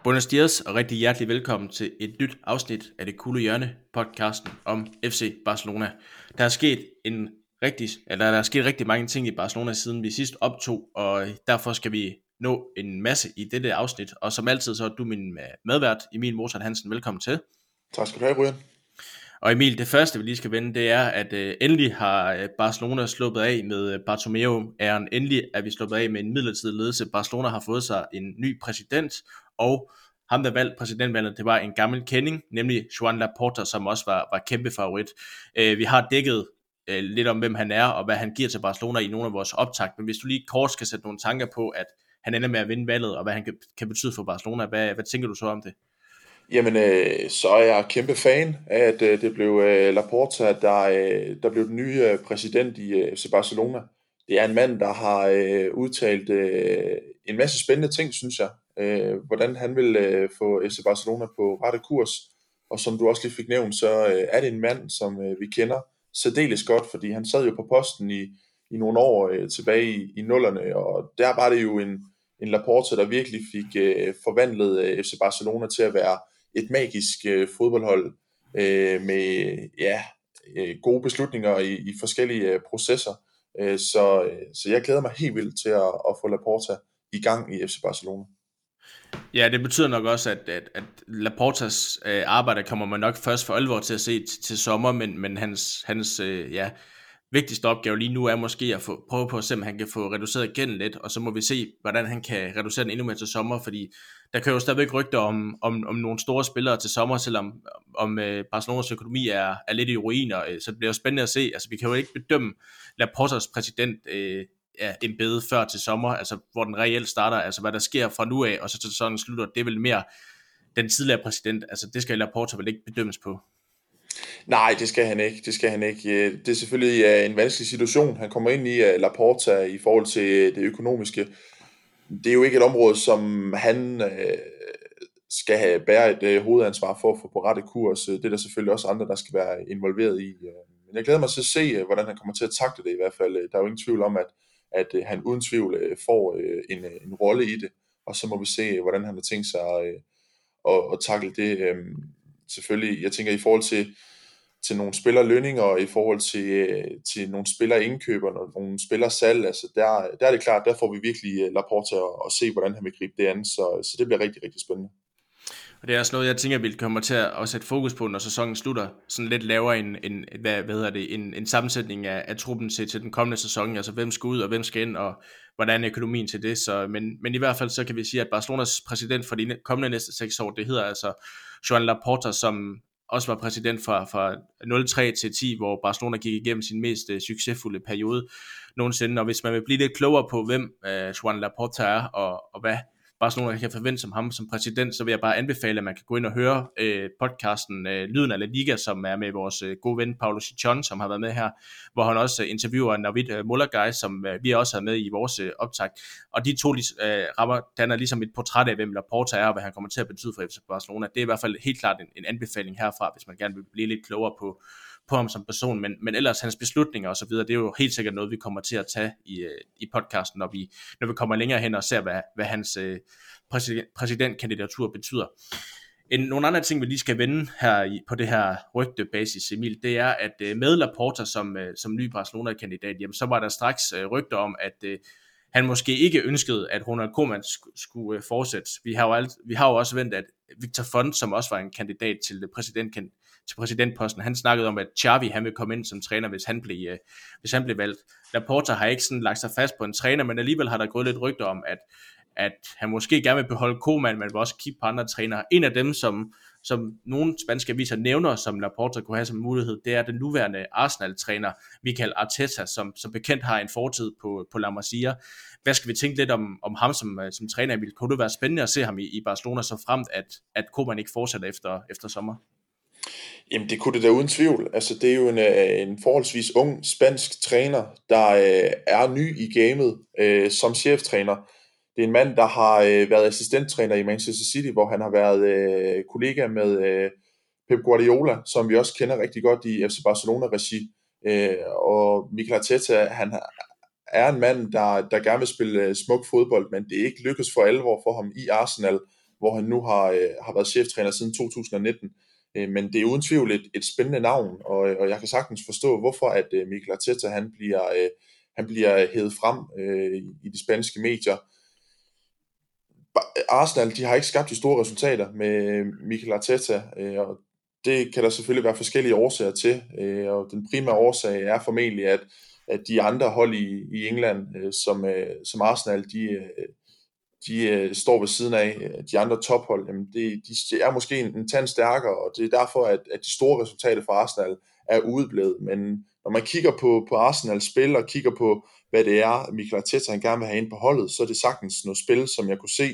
Buenos dias og rigtig hjertelig velkommen til et nyt afsnit af Det Kulde Hjørne podcasten om FC Barcelona. Der er sket rigtig mange ting i Barcelona siden vi sidst optog, og derfor skal vi nå en masse i dette afsnit. Og som altid så er du min medvært, Emil Morsat Hansen. Velkommen til. Tak skal du have, Ryan. Og Emil, det første vi lige skal vende, det er, at endelig har Barcelona sluppet af med Bartomeu-æren. Endelig er vi sluppet af med en midlertidig ledelse. Barcelona har fået sig en ny præsident, og ham, der valgte præsidentvalget, det var en gammel kending, nemlig Joan Laporta, som også var kæmpe favorit. Vi har dækket lidt om, hvem han er, og hvad han giver til Barcelona i nogle af vores optag. Men hvis du lige kort skal sætte nogle tanker på, at han ender med at vinde valget, og hvad han kan betyde for Barcelona, hvad tænker du så om det? Jamen, så er jeg kæmpe fan af, at det blev Laporta, der blev den nye præsident i FC Barcelona. Det er en mand, der har udtalt en masse spændende ting, synes jeg. Hvordan han vil få FC Barcelona på rette kurs. Og som du også lige fik nævnt, så er det en mand, som vi kender særdeles godt, fordi han sad jo på posten i nogle år tilbage i nullerne, og der var det jo en Laporta, der virkelig fik forvandlet FC Barcelona til at være et magisk fodboldhold med gode beslutninger i forskellige processer. Så jeg glæder mig helt vildt til at få Laporta i gang i FC Barcelona. Ja, det betyder nok også, at Laportas arbejde kommer man nok først for alvor til at se til sommer, men hans vigtigste opgave lige nu er måske at prøve på at se, om han kan få reduceret gælden lidt, og så må vi se, hvordan han kan reducere den endnu mere til sommer, fordi der kan jo stadigvæk rygter om nogle store spillere til sommer, selvom Barcelonas økonomi er lidt i ruiner, så det bliver jo spændende at se. Altså, vi kan jo ikke bedømme Laportas præsident embede før til sommer, altså hvor den reelt starter, altså hvad der sker fra nu af, og så til sådan slutter, det er vel mere den tidligere præsident, altså det skal Laporta vel ikke bedømmes på. Nej, det skal han ikke. Det er selvfølgelig en vanskelig situation, han kommer ind i, Laporta, i forhold til det økonomiske. Det er jo ikke et område, som han skal bære et hovedansvar for at få på rette kurs. Det er der selvfølgelig også andre, der skal være involveret i. Men jeg glæder mig til at se, hvordan han kommer til at takle det i hvert fald. Der er jo ingen tvivl om, at han uden tvivl får en rolle i det. Og så må vi se, hvordan han har tænkt sig at takle det. Selvfølgelig, jeg tænker i forhold til nogle spillerlønninger, og i forhold til nogle spillerindkøb og nogle spillersalg, altså der er det klart, der får vi virkelig Laporta og se, hvordan han vil gribe det an, så det bliver rigtig, rigtig spændende. Og det er også noget, jeg tænker, vi kommer til at sætte fokus på, når sæsonen slutter. Sådan lidt lavere en sammensætning af truppen til den kommende sæson. Altså hvem skal ud, og hvem skal ind, og hvordan er økonomien til det. Men i hvert fald så kan vi sige, at Barcelonas præsident for de kommende næste 6 år, det hedder altså Joan Laporta, som også var præsident fra 03 til 10, hvor Barcelona gik igennem sin mest succesfulde periode nogensinde. Og hvis man vil blive lidt klogere på, hvem Joan Laporta er, og hvad Barcelona kan forvente som ham som præsident, så vil jeg bare anbefale, at man kan gå ind og høre podcasten Lyden af La Liga, som er med vores gode ven Paulo Chichon, som har været med her, hvor han også interviewer Navid Mulagay, som vi også har med i vores optag. Og de to danner ligesom et portræt af, hvem Laporta er, og hvad han kommer til at betyde for FC Barcelona. Det er i hvert fald helt klart en anbefaling herfra, hvis man gerne vil blive lidt klogere på ham som person, men ellers hans beslutninger og så videre, det er jo helt sikkert noget, vi kommer til at tage i podcasten, når vi kommer længere hen og ser, hvad hans præsidentkandidatur betyder. Nogle andre ting, vi lige skal vende her på det her rygtebasis, Emil, det er, at med Laporta som ny Barcelona-kandidat, jamen, så var der straks rygter om, at han måske ikke ønskede, at Ronald Koeman skulle fortsætte. Vi har jo også ventet, at Victor Font, som også var en kandidat til præsidentposten, han snakkede om, at Xavi han vil komme ind som træner, hvis han blev valgt. Laporta har ikke sådan lagt sig fast på en træner, men alligevel har der gået lidt rygter om, at han måske gerne vil beholde Koeman, men vil også kigge på andre trænere. En af dem, som nogle spanske aviser nævner, som Laporta kunne have som mulighed, det er den nuværende Arsenal-træner, Mikel Arteta, som bekendt har en fortid på La Masia. Hvad skal vi tænke lidt om ham som træner, Emil? Kunne det være spændende at se ham i Barcelona, så fremt, at Koeman ikke fortsætter efter sommer? Jamen det kunne det da uden tvivl. Altså det er jo en forholdsvis ung spansk træner, der er ny i gamet som cheftræner. Det er en mand, der har været assistenttræner i Manchester City, hvor han har været kollega med Pep Guardiola, som vi også kender rigtig godt i FC Barcelona-regi. Og Mikel Arteta, han er en mand, der gerne vil spille smuk fodbold, men det er ikke lykkes for alvor for ham i Arsenal, hvor han nu har været cheftræner siden 2019. Men det er uden tvivl et spændende navn, og jeg kan sagtens forstå, hvorfor at Mikel Arteta han bliver hævet frem i de spanske medier. Arsenal, de har ikke skabt de store resultater med Mikel Arteta, og det kan der selvfølgelig være forskellige årsager til, og den primære årsag er formentlig, at de andre hold i England, som Arsenal, de står ved siden af de andre tophold, jamen de er måske en tand stærkere, og det er derfor, at de store resultater for Arsenal er udeblevet. Men når man kigger på Arsenals spil, og kigger på, hvad det er, Mikel Arteta han gerne vil have ind på holdet, så er det sagtens noget spil, som jeg kunne se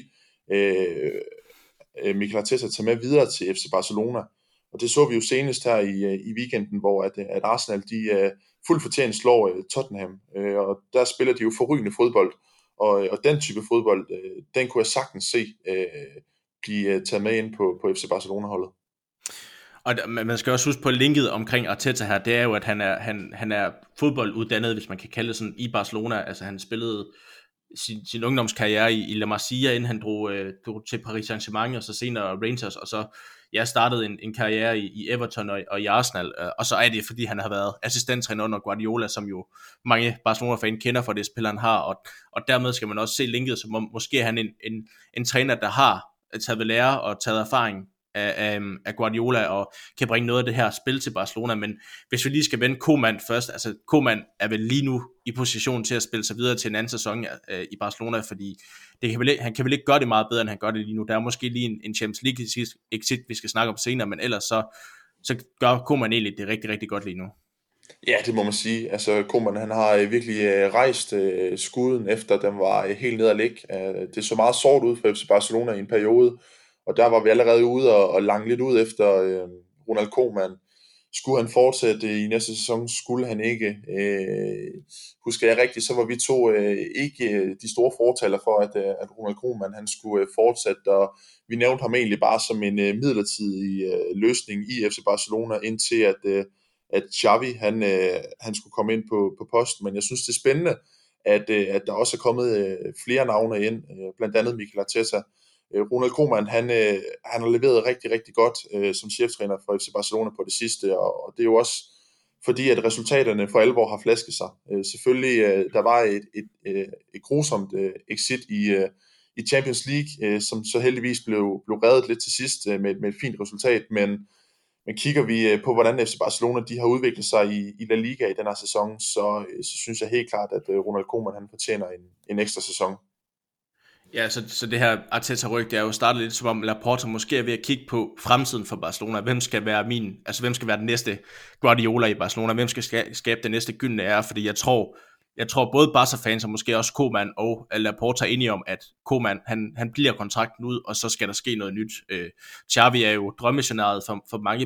Mikel Arteta tage med videre til FC Barcelona. Og det så vi jo senest her i weekenden, hvor at Arsenal de fuldt fortjent slår Tottenham, og der spiller de jo forrygende fodbold, og den type fodbold, den kunne jeg sagtens se blive taget med ind på FC Barcelona-holdet. Og man skal også huske på linket omkring Arteta her, det er jo, at han er fodbolduddannet, hvis man kan kalde det sådan, i Barcelona. Altså han spillede sin ungdomskarriere i La Masia, inden han drog til Paris Saint-Germain, og så senere Rangers, og så startede en karriere i Everton og i Arsenal, og så er det, fordi han har været assistenttræner under Guardiola, som jo mange Barcelona-fan kender for det spil, han har, og dermed skal man også se linket, som om måske han en træner, der har taget ved lære og taget erfaring af Guardiola, og kan bringe noget af det her spil til Barcelona. Men hvis vi lige skal vende Koeman først, altså Koeman er vel lige nu i position til at spille sig videre til en anden sæson i Barcelona, fordi han kan vel ikke gøre det meget bedre, end han gør det lige nu. Der er måske lige en Champions League exit, vi skal snakke om senere, men ellers så gør Koeman egentlig det rigtig, rigtig godt lige nu. Ja, det må man sige. Altså Koeman, han har virkelig rejst skuden, efter den var helt ned at ligge. Det så meget sort ud for FC Barcelona i en periode, og der var vi allerede ude og lange lidt ud efter Ronald Koeman. Skulle han fortsætte i næste sæson, skulle han ikke. Husker jeg rigtigt, så var vi to ikke de store fortaler for, at Ronald Koeman han skulle fortsætte, og vi nævnte ham egentlig bare som en midlertidig løsning i FC Barcelona, indtil at Xavi han skulle komme ind på posten. Men jeg synes, det er spændende, at der også er kommet flere navne ind, blandt andet Mikel Arteta. Ronald Koeman, han har leveret rigtig, rigtig godt som cheftræner for FC Barcelona på det sidste, og det er jo også fordi, at resultaterne for alvor har flasket sig. Selvfølgelig, der var et grusomt exit i Champions League, som så heldigvis blev reddet lidt til sidst med et fint resultat, men kigger vi på, hvordan FC Barcelona de har udviklet sig i La Liga i den her sæson, så synes jeg helt klart, at Ronald Koeman han fortjener en ekstra sæson. Ja, så det her Arteta-ryg, det er jo startet lidt som om Laporta måske er ved at kigge på fremtiden for Barcelona. Hvem skal være hvem skal være den næste Guardiola i Barcelona? Hvem skal skabe den næste gyldne ære? Fordi jeg tror både Barca-fans og måske også Koeman og Laporta er enige om, at Koeman, han bliver kontrakten ud, og så skal der ske noget nyt. Xavi er jo drømmescenariet for mange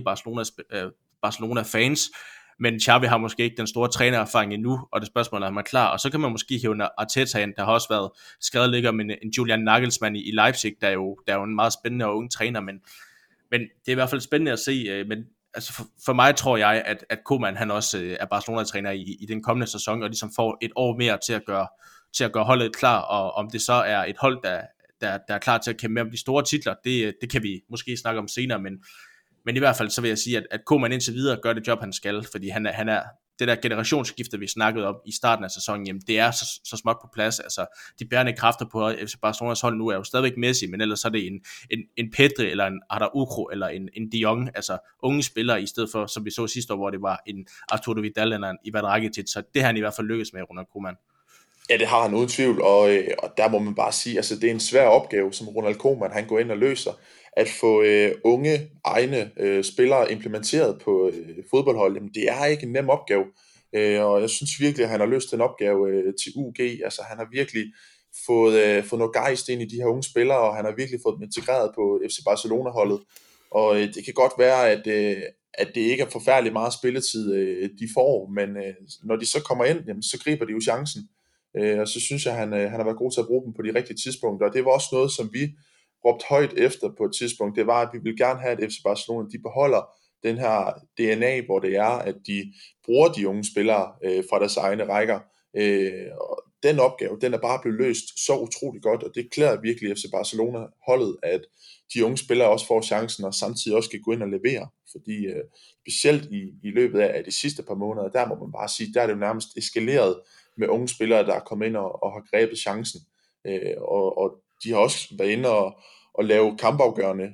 Barcelona-fans, men Xavi har måske ikke den store trænererfaring endnu, og det spørgsmål er, om han er klar, og så kan man måske hive Arteta ind. Der har også været skrevet ligger om en Julian Nagelsmann i Leipzig, der er jo en meget spændende og ung træner, men det er i hvert fald spændende at se, men altså for mig tror jeg, at Koeman han også er Barcelona-træner i den kommende sæson, og ligesom får et år mere til at gøre holdet klar, og om det så er et hold, der er klar til at kæmpe med om de store titler, det kan vi måske snakke om senere, men i hvert fald så vil jeg sige, at Koeman indtil videre gør det job, han skal, fordi han er det der generationsskifte, vi snakkede om i starten af sæsonen, jamen det er så småt på plads. Altså de bærende kræfter på FC Barcelonas hold nu er jo stadigvæk Messi, men ellers så er det en Pedri, eller en Araujo, eller en De Jong, altså unge spillere, i stedet for, som vi så sidste år, hvor det var en Arturo Vidal eller en Ivan Rakitic, så det har han i hvert fald lykkes med, Ronald Koeman. Ja, det har han uden tvivl, og der må man bare sige, altså det er en svær opgave, som Ronald Koeman han går ind og løser, at få unge, egne spillere implementeret på fodboldhold. Jamen, det er ikke en nem opgave, og jeg synes virkelig, at han har løst den opgave til UG. Altså han har virkelig fået noget gejst ind i de her unge spillere, og han har virkelig fået dem integreret på FC Barcelona-holdet, og det kan godt være, at det ikke er forfærdeligt meget spilletid, de får, men når de så kommer ind, jamen, så griber de jo chancen. Og så synes jeg, han har været god til at bruge dem på de rigtige tidspunkter, og det var også noget, som vi råbte højt efter på et tidspunkt. Det var, at vi vil gerne have, at FC Barcelona de beholder den her DNA, hvor det er, at de bruger de unge spillere fra deres egne rækker. Og den opgave, den er bare blevet løst så utrolig godt, og det klæder virkelig FC Barcelona holdet, at de unge spillere også får chancen, og samtidig også kan gå ind og levere, fordi specielt i løbet af de sidste par måneder, der må man bare sige, der er det jo nærmest eskaleret med unge spillere, der er kommet ind og har grebet chancen, og de har også været inde og lave kampafgørende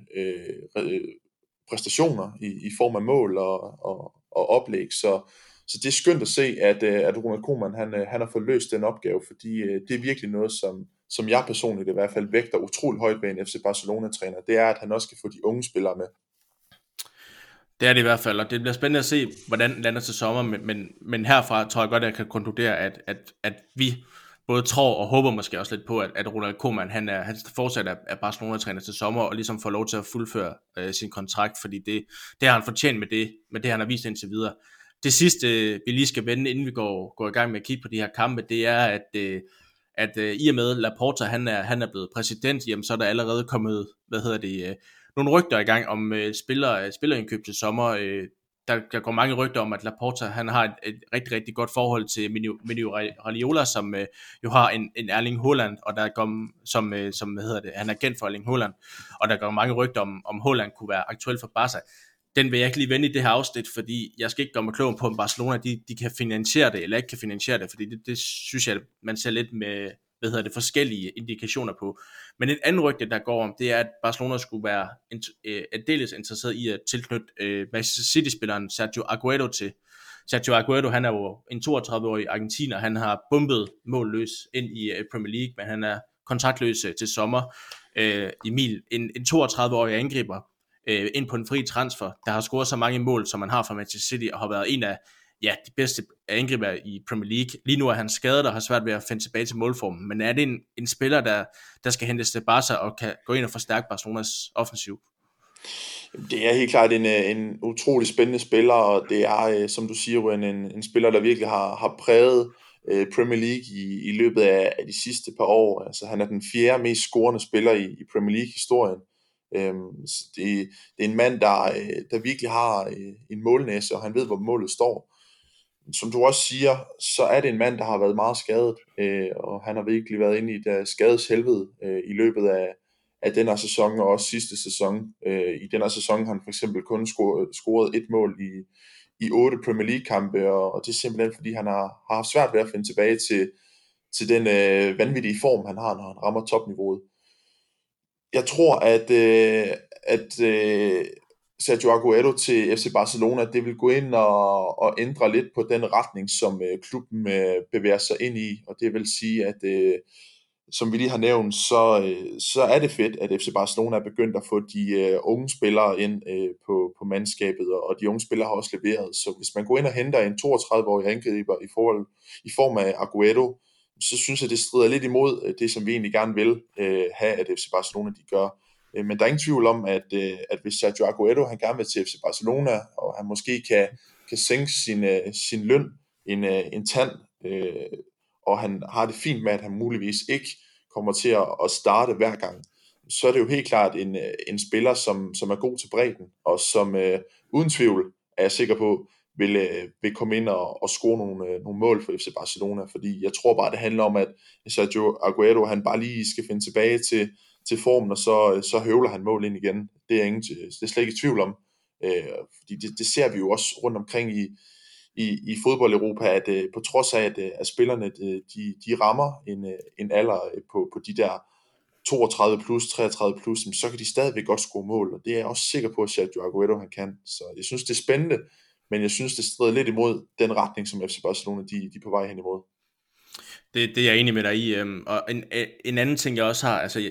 præstationer i form af mål og oplæg, så det er skønt at se, at Ronald Koeman han har fået løst den opgave, fordi det er virkelig noget, som jeg personligt i hvert fald vægter utrolig højt ved en FC Barcelona-træner, det er, at han også kan få de unge spillere med. Det er det i hvert fald, og det bliver spændende at se, hvordan den lander til sommer, men herfra tror jeg godt, at jeg kan konkludere, at vi både tror og håber måske også lidt på, at Ronald Koeman, han fortsat er Barcelona-træner til sommer, og ligesom får lov til at fuldføre sin kontrakt, fordi det har han fortjent med det han har vist indtil videre. Det sidste, vi lige skal vende, inden vi går i gang med at kigge på de her kampe, det er, at i og med Laporta, han er blevet præsident, jamen så er der allerede kommet, nogle rygter i gang om spillerindkøb til sommer. Der går mange rygter om, at Laporta, han har et rigtig, rigtig godt forhold til Mino Raiola, som jo har en Erling Haaland, og der går, han er kendt for Erling Haaland, og der går mange rygter om Haaland kunne være aktuel for Barca. Den vil jeg ikke lige vende i det her afsnit, fordi jeg skal ikke gøre mig klog på, om Barcelona de kan finansiere det, eller ikke kan finansiere det, fordi det synes jeg, man ser lidt med, forskellige indikationer på. Men et andet rygte, der går om, det er, at Barcelona skulle være aldeles interesseret i at tilknytte Manchester City-spilleren Sergio Aguero til. Sergio Aguero, han er jo en 32-årig argentiner, han har bumpet målløs ind i Premier League, men han er kontraktløs til sommer. Emil, en 32-årig angriber, ind på en fri transfer, der har scoret så mange mål, som man har for Manchester City, og har været en af de bedste angriber i Premier League. Lige nu er han skadet og har svært ved at finde tilbage til målformen, men er det en spiller, der skal hentes til Barca og kan gå ind og forstærke Barcelonas offensiv? Det er helt klart en utrolig spændende spiller, og det er, som du siger, en spiller, der virkelig har præget Premier League i løbet af de sidste par år. Altså, han er den fjerde mest scorende spiller i Premier League-historien. Det er en mand, der virkelig har en målnæse, og han ved, hvor målet står. Som du også siger, så er det en mand, der har været meget skadet, og han har virkelig været inde i et skadeshelvede i løbet af den her sæson, og også sidste sæson. I den her sæson har han for eksempel kun scoret et mål i 8 Premier League-kampe, og det er simpelthen, fordi han har haft svært ved at finde tilbage til den vanvittige form, han har, når han rammer topniveauet. Jeg tror, at Sergio Aguero til FC Barcelona, det vil gå ind og ændre lidt på den retning, som klubben bevæger sig ind i, og det vil sige, at som vi lige har nævnt, så er det fedt, at FC Barcelona er begyndt at få de unge spillere ind på mandskabet, og de unge spillere har også leveret, så hvis man går ind og henter en 32-årig angriber i form af Aguero, så synes jeg, det strider lidt imod det, som vi egentlig gerne vil have, at FC Barcelona de gør. Men der er ingen tvivl om, at hvis Sergio Aguero han gerne vil til FC Barcelona, og han måske kan sænke sin løn en tand, og han har det fint med, at han muligvis ikke kommer til at starte hver gang, så er det jo helt klart en spiller, som er god til bredden, og som uden tvivl er jeg sikker på, vil komme ind og score nogle mål for FC Barcelona, fordi jeg tror bare, det handler om, at Sergio Aguero, han bare lige skal finde tilbage til formen, og så høvler han mål ind igen. Det er slet ikke i tvivl om, fordi det ser vi jo også rundt omkring i fodbold-Europa, at på trods af, at spillerne de rammer en alder på de der 32 plus, 33 plus, så kan de stadigvæk godt score mål, og det er jeg også sikker på, at Sergio Aguero han kan. Så jeg synes, det er spændende, men jeg synes, det strider lidt imod den retning, som FC Barcelona de er på vej hen imod. Det er jeg enig med dig i. Og en anden ting, jeg også har, altså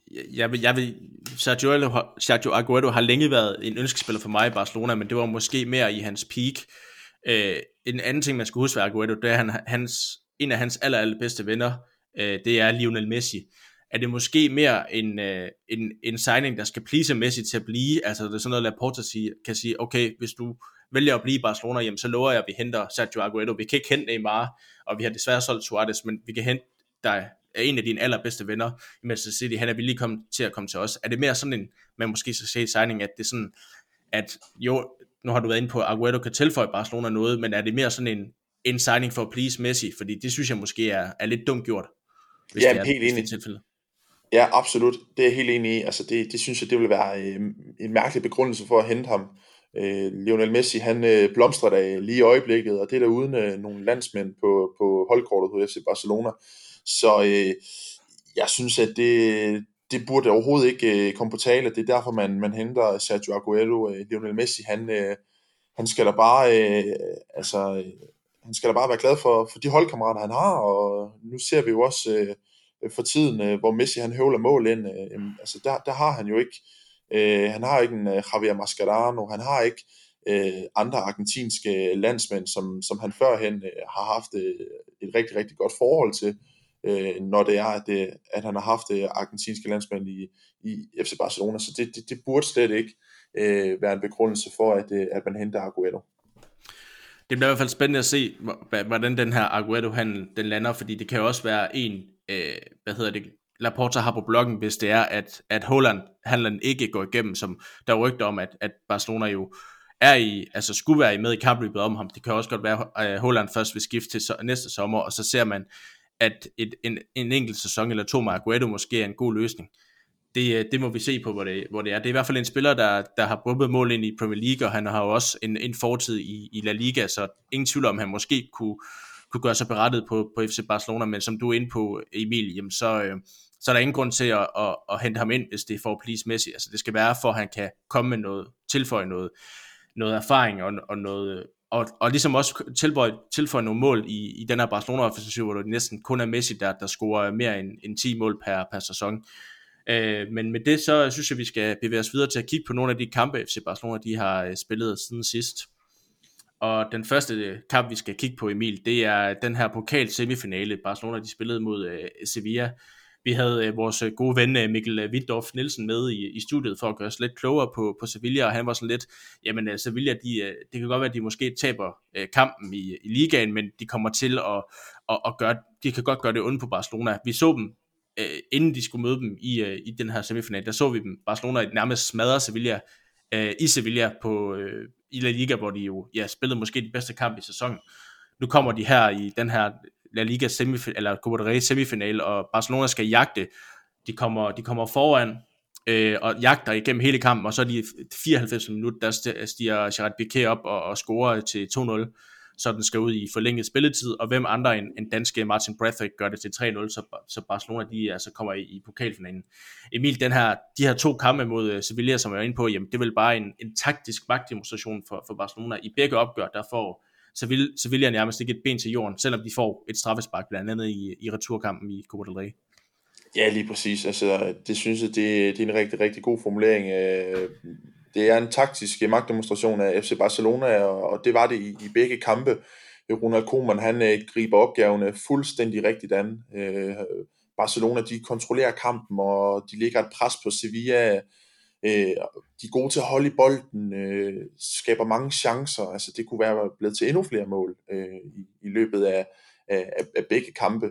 Sergio Aguero har længe været en ønskespiller for mig i Barcelona, men det var måske mere i hans peak. En anden ting, man skal huske ved Aguero, det er en af hans allerbedste venner, det er Lionel Messi. Er det måske mere en signing, der skal please Messi til at blive? Altså det er sådan noget, Laporta kan sige, okay, hvis du vælger at blive i Barcelona, jamen, så lover jeg, at vi henter Sergio Aguero. Vi kan ikke hente Neymar, og vi har desværre solgt Suarez, men vi kan hente dig af en af dine allerbedste venner i Manchester City. Han er villig til at komme til os. Er det mere sådan en, man måske skal se i signing, at det er sådan, at jo, nu har du været inde på, at Aguero kan tilføje Barcelona noget, men er det mere sådan en signing for at please Messi, fordi det synes jeg måske er lidt dumt gjort, hvis Ja, det er, helt hvis det er enig. tilfældet. Ja, absolut. Det er jeg helt enig i. Altså det synes jeg, det vil være en mærkelig begrundelse for at hente ham. Lionel Messi, han blomstrer da lige i øjeblikket, og det er der uden nogle landsmænd på holdkortet hos FC Barcelona. Så jeg synes, at det burde overhovedet ikke komme på tale. Det er derfor, man henter Sergio Aguero. Lionel Messi, han skal da bare, han skal da bare være glad for de holdkammerater, han har, og nu ser vi jo også for tiden, hvor Messi han høvler mål ind, altså der har han jo ikke, han har ikke en Javier Mascherano, han har ikke andre argentinske landsmænd, som han førhen har haft et rigtig, rigtig godt forhold til, når det er, at han har haft argentinske landsmænd i FC Barcelona, så det burde slet ikke være en begrundelse for, at man henter Aguero. Det bliver i hvert fald spændende at se, hvordan den her Aguero-handel den lander, fordi det kan jo også være Laporta har på bloggen, hvis det er, at Haaland-handlen ikke går igennem, som der er rygter om, at Barcelona jo skulle være med i kampløbet om ham. Det kan også godt være, at Haaland først vil skifte til næste sommer, og så ser man, at en enkelt sæson eller to med Aguero måske er en god løsning. Det må vi se på, hvor det er. Det er i hvert fald en spiller, der har bumpet mål ind i Premier League, og han har jo også en fortid i La Liga, så ingen tvivl om, han måske kunne gøre sig berettiget på FC Barcelona, men som du er inde på, Emil, jamen så er der ingen grund til at hente ham ind, hvis det er for at please Messi. Altså det skal være for, at han kan komme med noget, tilføje noget erfaring og noget, og ligesom også tilføje nogle mål i den her Barcelona-offensiv, hvor det næsten kun er Messi, der scorer mere end 10 mål per sæson. Men med det, så synes jeg, vi skal bevæge os videre til at kigge på nogle af de kampe, FC Barcelona de har spillet siden sidst. Og den første kamp, vi skal kigge på, Emil, det er den her pokal-semifinale. Barcelona de spillede mod Sevilla. Vi havde vores gode ven Mikkel Wittdorf Nielsen med i studiet for at gøre os lidt klogere på Sevilla, og han var sådan lidt, jamen Sevilla, det kan godt være, at de måske taber kampen i ligaen, men de kommer til at gøre, de kan godt gøre det ondt på Barcelona. Vi så dem, inden de skulle møde dem i den her semifinal, der så vi dem, Barcelona nærmest smadre Sevilla i Sevilla i La Liga, hvor de jo spillede måske de bedste kamp i sæsonen. Nu kommer de her i den her La Liga eller Copa del Rey semifinale, og Barcelona skal jagte. De kommer foran og jagter igennem hele kampen, og så er de 94 minutter, der stiger Gerard Piqué op og scorer til 2-0, så den skal ud i forlænget spilletid, og hvem andre end danske Martin Braithwaite gør det til 3-0, så Barcelona de altså kommer i pokalfinalen. Emil, de her to kampe mod Sevilla, som jeg er inde på, jamen det er vel bare en taktisk magtdemonstration for Barcelona. I begge opgør, der får Sevilla nærmest ikke et ben til jorden, selvom de får et straffespark, blandt andet i returkampen i Copa del Rey. Ja, lige præcis. Altså, det synes jeg, det er en rigtig, rigtig god formulering. Det er en taktisk magtdemonstration af FC Barcelona, og det var det i begge kampe. Ronald Koeman, han griber opgaverne fuldstændig rigtigt an. Barcelona, de kontrollerer kampen, og de lægger et pres på Sevilla. De er gode til at holde i bolden, skaber mange chancer. Altså, det kunne være blevet til endnu flere mål i løbet af begge kampe.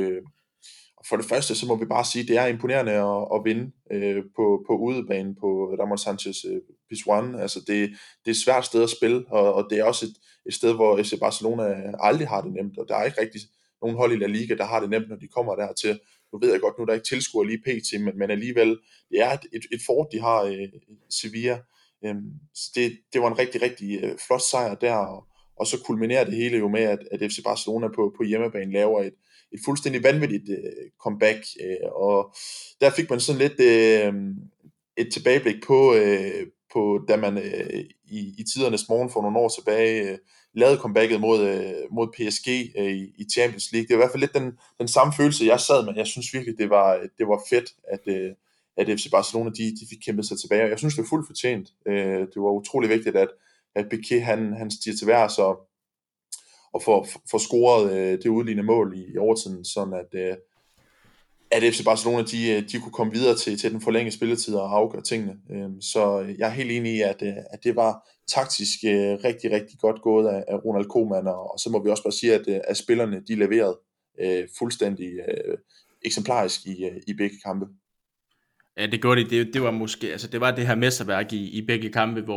For det første, så må vi bare sige, at det er imponerende at vinde på udebane på Ramon Sanchez Pizjuan. Altså det er et svært sted at spille, og det er også et sted, hvor FC Barcelona aldrig har det nemt, og der er ikke rigtig nogen hold i La Liga, der har det nemt, når de kommer dertil. Nu ved jeg godt, nu er der ikke tilskuer lige pt, men alligevel, det er et fort, de har Sevilla. Så det var en rigtig, rigtig flot sejr der, og så kulminerer det hele jo med, at FC Barcelona på hjemmebane laver et fuldstændig vanvittigt comeback, og der fik man sådan lidt et tilbageblik på da man i tidernes morgen for nogle år tilbage lavede comebacket mod PSG i Champions League. Det var i hvert fald lidt den samme følelse, jeg sad med. Jeg synes virkelig, det var fedt, at FC Barcelona de fik kæmpet sig tilbage, og jeg synes, det var fuldt fortjent. Det var utrolig vigtigt, at Piqué han stiger til værs og får scoret det udlignende mål i overtiden, sådan at FC Barcelona de kunne komme videre til den forlængede spilletid og afgøre tingene. Så jeg er helt enig i, at det var taktisk rigtig, rigtig godt gået af Ronald Koeman, og så må vi også bare sige, at spillerne de leverede fuldstændig eksemplarisk i begge kampe. Ja, det gjorde de. Det var måske, altså det var det her mesterværk i begge kampe, hvor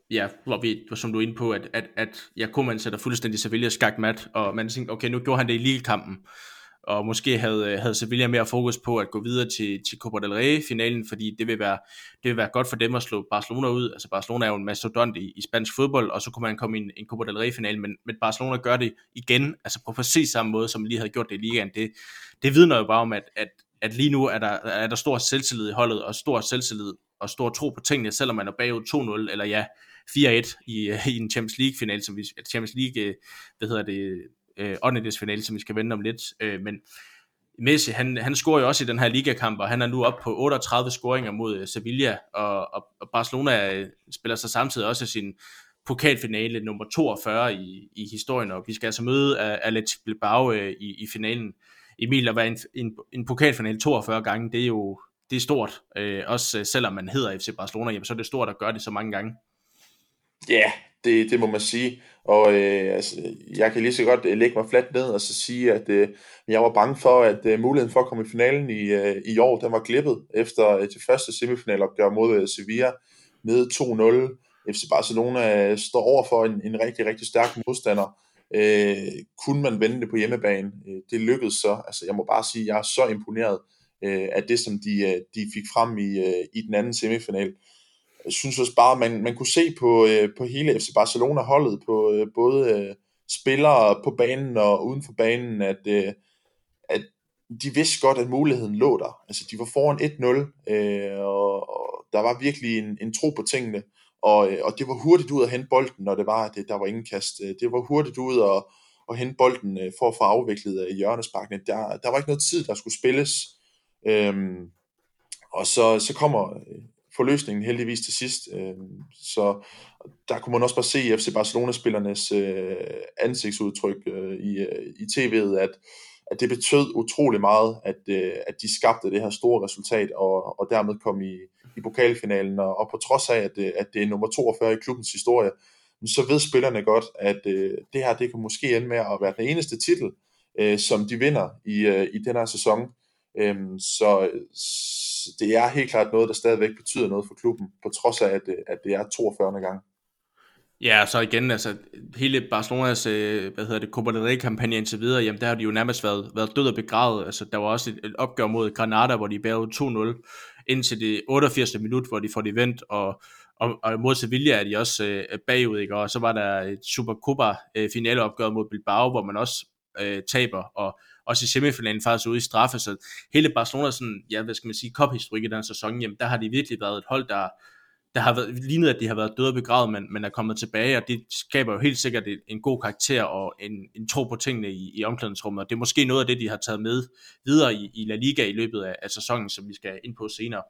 ja, hvor vi, som du er inde på, at ja, Koeman sætter fuldstændig Sevilla skakmat, og man tænkte, okay, nu gjorde han det i ligekampen, og måske havde Sevilla mere fokus på at gå videre til Copa del Rey-finalen, fordi det vil være godt for dem at slå Barcelona ud. Altså Barcelona er jo en mastodont i spansk fodbold, og så kunne man komme i en Copa del Rey-finale, men Barcelona gør det igen, altså på præcis samme måde, som lige havde gjort det i ligaen. Det vidner jo bare om, at lige nu er der stor selvtillid i holdet, og stor selvtillid og stor tro på tingene, selvom man er bagud 2-0, eller ja, 4-1 i en Champions League-finale, Champions League, åndedelsfinale, som vi skal vende om lidt. Men Messi, han scorer jo også i den her ligakamp, og han er nu oppe på 38 scoringer mod Sevilla, og Barcelona spiller sig samtidig også sin pokalfinale nummer 42 i historien, og vi skal altså møde Athletic Bilbao i finalen. Emil, at være en pokalfinale 42 gange, det er stort. Også selvom man hedder FC Barcelona, jamen, så er det stort at gøre det så mange gange. Ja, yeah, det må man sige. Og altså, jeg kan lige så godt lægge mig fladt ned og så sige, at jeg var bange for, at muligheden for at komme i finalen i år, den var glippet efter det første semifinalopgør mod Sevilla med 2-0. FC Barcelona står over for en rigtig, rigtig stærk modstander. Kunne man vende det på hjemmebane? Det lykkedes så. Altså, jeg må bare sige, at jeg er så imponeret af det, som de fik frem i den anden semifinal. Jeg synes også bare, man kunne se på hele FC Barcelona-holdet, på både spillere på banen og uden for banen, at de vidste godt, at muligheden lå der. Altså, de var foran 1-0, og der var virkelig en tro på tingene, og det var hurtigt ud at hente bolden, når det var, at der var ingen kast. Det var hurtigt ud at hente bolden for at få afviklet hjørnesparkene. Der var ikke noget tid, der skulle spilles. Og så kommer forløsningen heldigvis til sidst. Så der kunne man også bare se FC Barcelona-spillernes ansigtsudtryk i tv'et, at det betød utrolig meget, at de skabte det her store resultat, og dermed kom i pokalfinalen. Og på trods af, at det er nummer 42 i klubbens historie, så ved spillerne godt, at det her det kan måske ende med at være den eneste titel, som de vinder i den her sæson. Så det er helt klart noget, der stadigvæk betyder noget for klubben, på trods af, at det er 42. gang. Ja, så igen, altså hele Barcelonas, Copa del Rey-kampagne indtil videre, jamen der har de jo nærmest været død og begravet. Altså der var også et opgør mod Granada, hvor de bærede 2-0 indtil det 88. minut, hvor de får det vendt, og mod Sevilla er de også bagud, ikke? Og så var der et Supercopa finaleopgør mod Bilbao, hvor man også taber, og også i semifinalen faktisk ude i straffe, så hele Barcelona sådan, ja, hvad skal man sige, cup-historik i den sæson, jamen der har de virkelig været et hold, der har været, lignet, at de har været døde og begravet, men er kommet tilbage, og det skaber jo helt sikkert en god karakter og en tro på tingene i omklædningsrummet, og det er måske noget af det, de har taget med videre i La Liga i løbet af sæsonen, som vi skal ind på senere.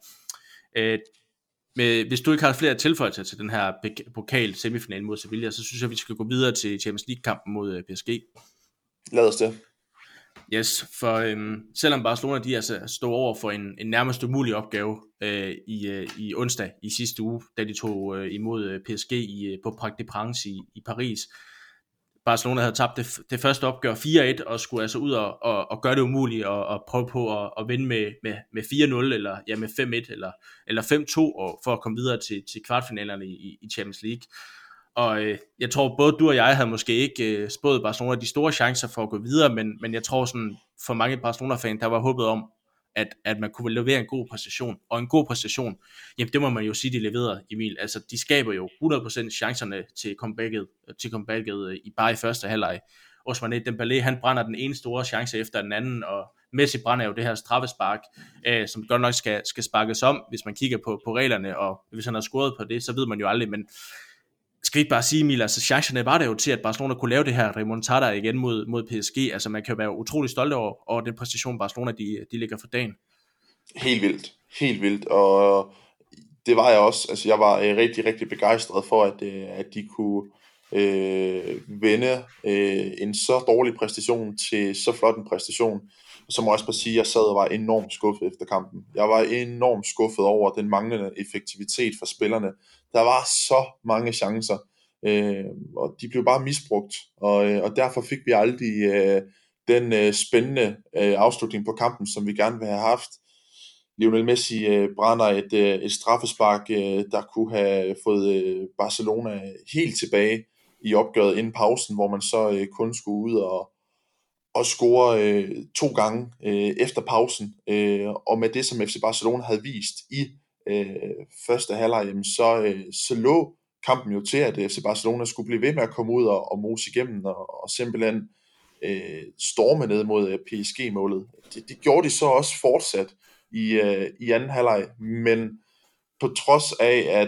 Hvis du ikke har flere tilføjelser til den her pokal semifinal mod Sevilla, så synes jeg, vi skal gå videre til Champions League-kampen mod PSG. Lad os det. Yes, for selvom Barcelona de altså stod over for en nærmest umulig opgave i onsdag i sidste uge, da de tog imod PSG på Parc des Princes i Paris. Barcelona havde tabt det første opgør 4-1 og skulle altså ud og gøre det umuligt og prøve på at vinde med 4-0 eller ja, med 5-1 eller 5-2 for at komme videre til kvartfinalerne i Champions League. Og jeg tror både du og jeg havde måske ikke spået Barcelona de store chancer for at gå videre, men jeg tror sådan for mange Barcelona-fans, der var håbet om, at man kunne levere en god præstation. Og en god præstation, jamen det må man jo sige, de leverede, Emil. Altså de skaber jo 100% chancerne til comebacket bare i første halvleg. Ousmane Dembélé, han brænder den ene store chance efter den anden, og Messi brænder jo det her straffespark, som godt nok skal sparkes om, hvis man kigger på reglerne, og hvis han har scoret på det, så ved man jo aldrig, men skal vi ikke bare sige, Emil, altså chancerne var der jo til, at Barcelona kunne lave det her remontada igen mod PSG. Altså man kan jo være utrolig stolt over den præstation, Barcelona de ligger for dagen. Helt vildt, og det var jeg også. Altså jeg var rigtig, rigtig begejstret for, at de kunne vende en så dårlig præstation til så flot en præstation. Og så må jeg også bare sige, at jeg sad og var enormt skuffet efter kampen. Jeg var enormt skuffet over den manglende effektivitet for spillerne. Der var så mange chancer, og de blev bare misbrugt, og derfor fik vi aldrig den spændende afslutning på kampen, som vi gerne ville have haft. Lionel Messi brænder et straffespark, der kunne have fået Barcelona helt tilbage i opgøret inden pausen, hvor man så kun skulle ud og score 2 gange efter pausen. Og med det, som FC Barcelona havde vist i første halvleg, jamen så lå kampen jo til, at FC Barcelona skulle blive ved med at komme ud og mose igennem og simpelthen storme ned mod PSG-målet. Det gjorde de så også fortsat i anden halvleg, men på trods af,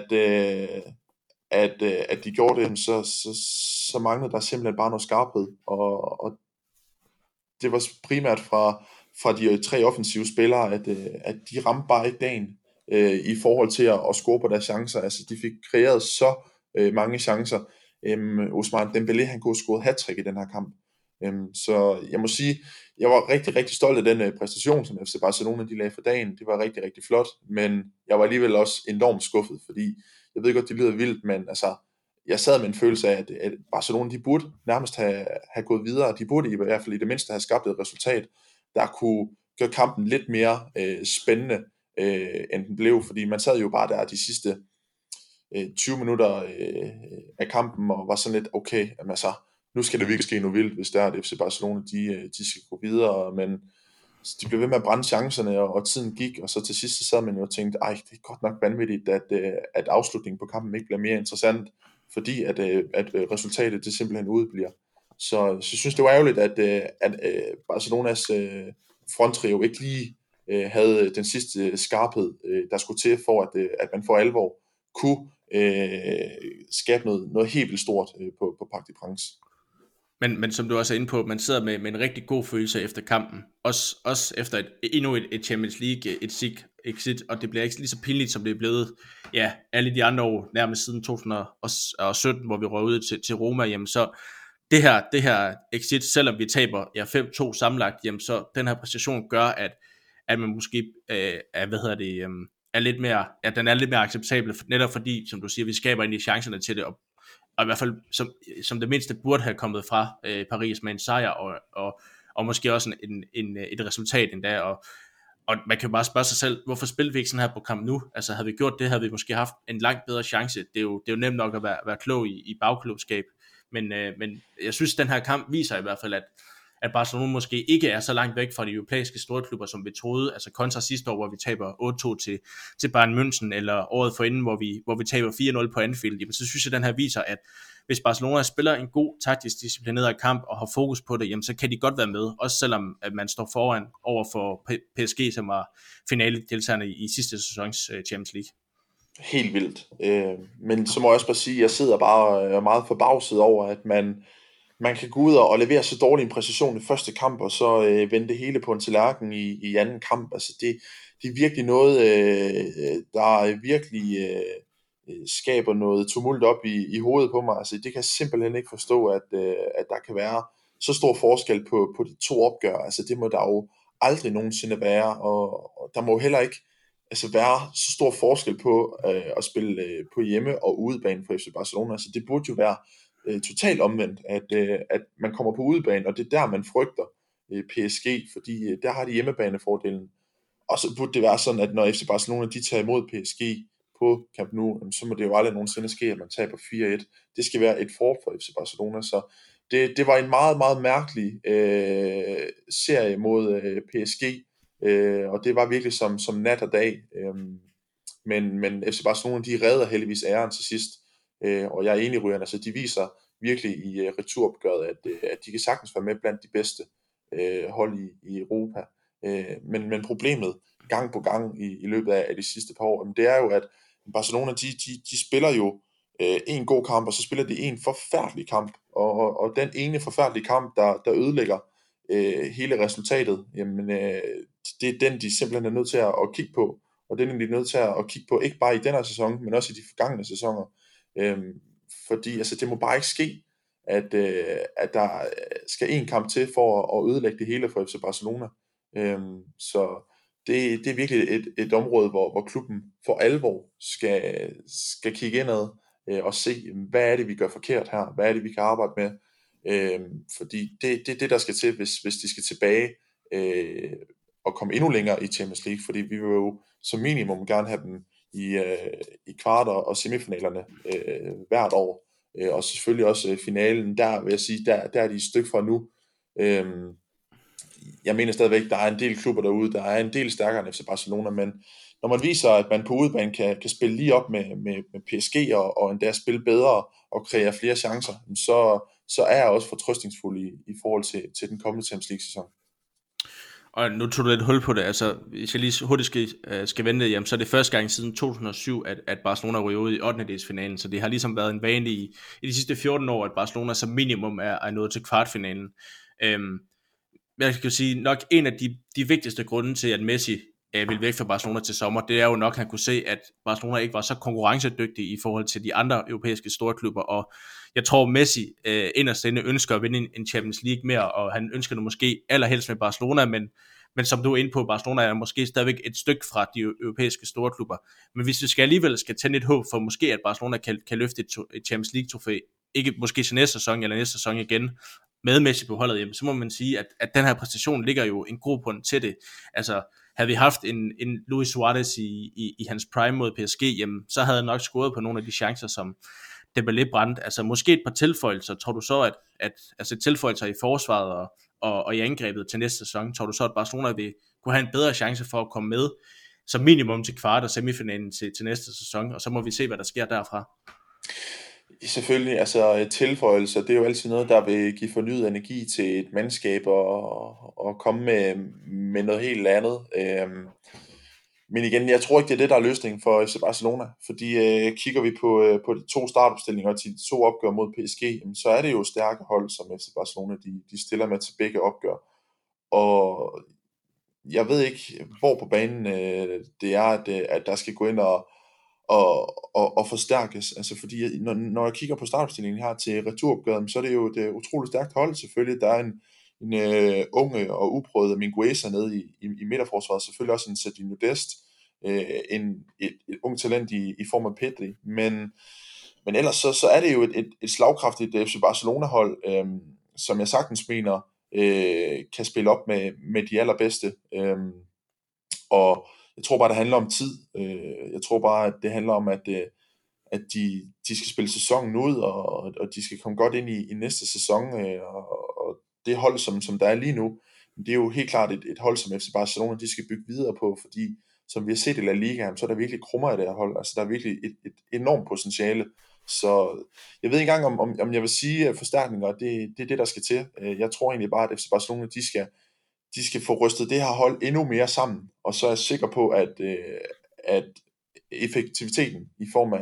at de gjorde det, så manglede der simpelthen bare noget skarphed, og det var primært fra de 3 offensive spillere, at de ramte bare ikke dagen i forhold til at score på deres chancer. Altså, de fik kreeret så mange chancer. Ousmane Dembélé, han kunne have scoret hat-trick i den her kamp. Så jeg må sige, jeg var rigtig, rigtig stolt af den præstation, som FC Barcelona de lagde for dagen. Det var rigtig, rigtig flot, men jeg var alligevel også enormt skuffet, fordi jeg ved godt, det lyder vildt, men altså, jeg sad med en følelse af, at Barcelona, de burde nærmest have gået videre. De burde i hvert fald i det mindste have skabt et resultat, der kunne gøre kampen lidt mere spændende, end den blev, fordi man sad jo bare der de sidste 20 minutter af kampen, og var sådan lidt, okay, jamen altså, nu skal det virkelig ske noget vildt, hvis der er, at FC Barcelona, de skal gå videre, men de blev ved med at brænde chancerne, og tiden gik, og så til sidst så sad man jo og tænkte, ej, det er godt nok vanvittigt, at afslutningen på kampen ikke bliver mere interessant, fordi at resultatet det simpelthen udebliver. Så jeg synes, det var ærgerligt, at Barcelonas fronttrio ikke lige havde den sidste skarphed, der skulle til for, at man for alvor kunne skabe noget helt vildt stort på Parc des Princes. Men som du også er inde på, man sidder med en rigtig god følelse efter kampen. Også efter endnu et Champions League, et exit, og det bliver ikke lige så pinligt, som det er blevet alle de andre år, nærmest siden 2017, hvor vi røg ud til Roma. Jamen så det her exit, selvom vi taber 5-2 sammenlagt, jamen så den her præstation gør, at man måske er lidt mere, at den er lidt mere acceptabel, netop fordi, som du siger, vi skaber egentlig chancerne til det, og i hvert fald som det mindste burde have kommet fra Paris med en sejr, og måske også et resultat endda, og man kan jo bare spørge sig selv, hvorfor spiller vi ikke sådan her program nu? Altså havde vi gjort det, havde vi måske haft en langt bedre chance. Det er jo nemt nok at være klog i bagklubskab, men jeg synes, den her kamp viser i hvert fald, at Barcelona måske ikke er så langt væk fra de europæiske store klubber, som vi troede, altså kontra sidste år, hvor vi taber 8-2 til Bayern München, eller året forinden, hvor vi taber 4-0 på Anfield, jamen så synes jeg, at den her viser, at hvis Barcelona spiller en god taktisk disciplineret kamp, og har fokus på det, jamen så kan de godt være med, også selvom at man står foran over for PSG, som var finaledeltagerne i sidste sæsons Champions League. Helt vildt. Men så må jeg også bare sige, at jeg sidder bare meget forbavset over, at man kan gå ud og levere så dårlig en præcision i første kamp, og så vende det hele på en tallerken i anden kamp. Altså det er virkelig noget, der virkelig skaber noget tumult op i hovedet på mig. Altså det kan jeg simpelthen ikke forstå, at der kan være så stor forskel på de 2 opgør. Altså det må der jo aldrig nogensinde være, og der må heller ikke være så stor forskel på at spille på hjemme- og udebane for FC Barcelona. Altså det burde jo være totalt omvendt, at man kommer på udebane, og det er der, man frygter PSG, fordi der har de hjemmebanefordelen. Og så burde det være sådan, at når FC Barcelona de tager imod PSG på Camp Nou, så må det jo aldrig nogensinde ske, at man taber 4-1. Det skal være et for FC Barcelona, så det var en meget, meget mærkelig serie mod PSG, og det var virkelig som nat og dag. Men FC Barcelona, de redder heldigvis æren til sidst, og jeg er enig, Ryan, altså de viser virkelig i returopgøret, at de kan sagtens være med blandt de bedste hold i Europa. Men problemet gang på gang i løbet af de sidste par år, det er jo, at Barcelona, de spiller jo en god kamp, og så spiller de en forfærdelig kamp, og den ene forfærdelige kamp, der ødelægger hele resultatet, jamen det er den, de simpelthen er nødt til at kigge på, og den er de nødt til at kigge på, ikke bare i denne sæson, men også i de forgangne sæsoner, fordi altså, det må bare ikke ske, at der skal en kamp til for at ødelægge det hele for FC Barcelona. Så det er virkelig et område, hvor klubben for alvor skal kigge indad og se, hvad er det, vi gør forkert her, hvad er det, vi kan arbejde med, fordi det er det, der skal til, hvis de skal tilbage at komme endnu længere i Champions League, fordi vi vil jo som minimum gerne have dem i kvarter og semifinalerne hvert år, og selvfølgelig også finalen, der vil jeg sige, der er de et stykke fra nu. Jeg mener stadigvæk, der er en del klubber derude, der er en del stærkere end FC Barcelona, men når man viser, at man på udebane kan spille lige op med PSG og endda spille bedre og kreere flere chancer, så er jeg også fortrøstningsfuld i forhold til den kommende Champions League-sæson. Og nu tog du lidt hul på det, altså hvis jeg lige hurtigt skal vente, jamen, så er det første gang siden 2007, at Barcelona ryger ud i 8. finalen, så det har ligesom været en vane i de sidste 14 år, at Barcelona som minimum er nået til kvartfinalen. Jeg kan sige, nok en af de vigtigste grunde til, at Messi vil væk fra Barcelona til sommer, det er jo nok, at han kunne se, at Barcelona ikke var så konkurrencedygtig i forhold til de andre europæiske storklubber, og jeg tror, Messi inderst inde ønsker at vinde en Champions League mere, og han ønsker det måske allerhelst med Barcelona, men som du er inde på, Barcelona er måske stadigvæk et stykke fra de europæiske storklubber. Men hvis vi alligevel skal tænde et håb for måske, at Barcelona kan løfte et Champions League-trofæ, ikke måske til næste sæson eller næste sæson igen, med Messi på holdet, jamen, så må man sige, at den her præstation ligger jo en grobund til det. Altså, havde vi haft en Luis Suarez i hans prime mod PSG, jamen, så havde han nok scoret på nogle af de chancer, som Dembélé brændte. Altså, måske et par tilføjelser. Tror du så, at altså tilføjelser i forsvaret og i angrebet til næste sæson, tror du så, at Barcelona vil kunne have en bedre chance for at komme med som minimum til kvart og semifinalen til næste sæson, og så må vi se, hvad der sker derfra. Selvfølgelig, altså tilføjelser, det er jo altid noget, der vil give fornyet energi til et mandskab og komme med noget helt andet. Men igen, jeg tror ikke, det er det, der er løsningen for FC Barcelona, fordi kigger vi på de 2 startopstillinger til de 2 opgør mod PSG, så er det jo stærke hold, som FC Barcelona de stiller med til begge opgør. Og jeg ved ikke, hvor på banen det er, at der skal gå ind og forstærkes, altså fordi når jeg kigger på startopstillingen her til returopgøret, så er det jo et utroligt stærkt hold selvfølgelig. Der er en unge og uprøvede Mingueza nede i midterforsvaret, selvfølgelig også en Serginho Dest, et ung talent i form af Pedri, men ellers så er det jo et slagkraftigt FC Barcelona hold, som jeg sagtens mener kan spille op med de allerbedste, og jeg tror bare, det handler om tid. Jeg tror bare, at det handler om, at de skal spille sæsonen ud, og de skal komme godt ind i næste sæson. Og det hold, som der er lige nu, det er jo helt klart et hold, som FC Barcelona de skal bygge videre på, fordi som vi har set i La Liga, så er der virkelig krummer i det her hold. Altså, der er virkelig et enormt potentiale. Så jeg ved ikke engang, om jeg vil sige, at forstærkninger, det er det, der skal til. Jeg tror egentlig bare, at FC Barcelona, de skal få rystet det her hold endnu mere sammen, og så er jeg sikker på, at effektiviteten i form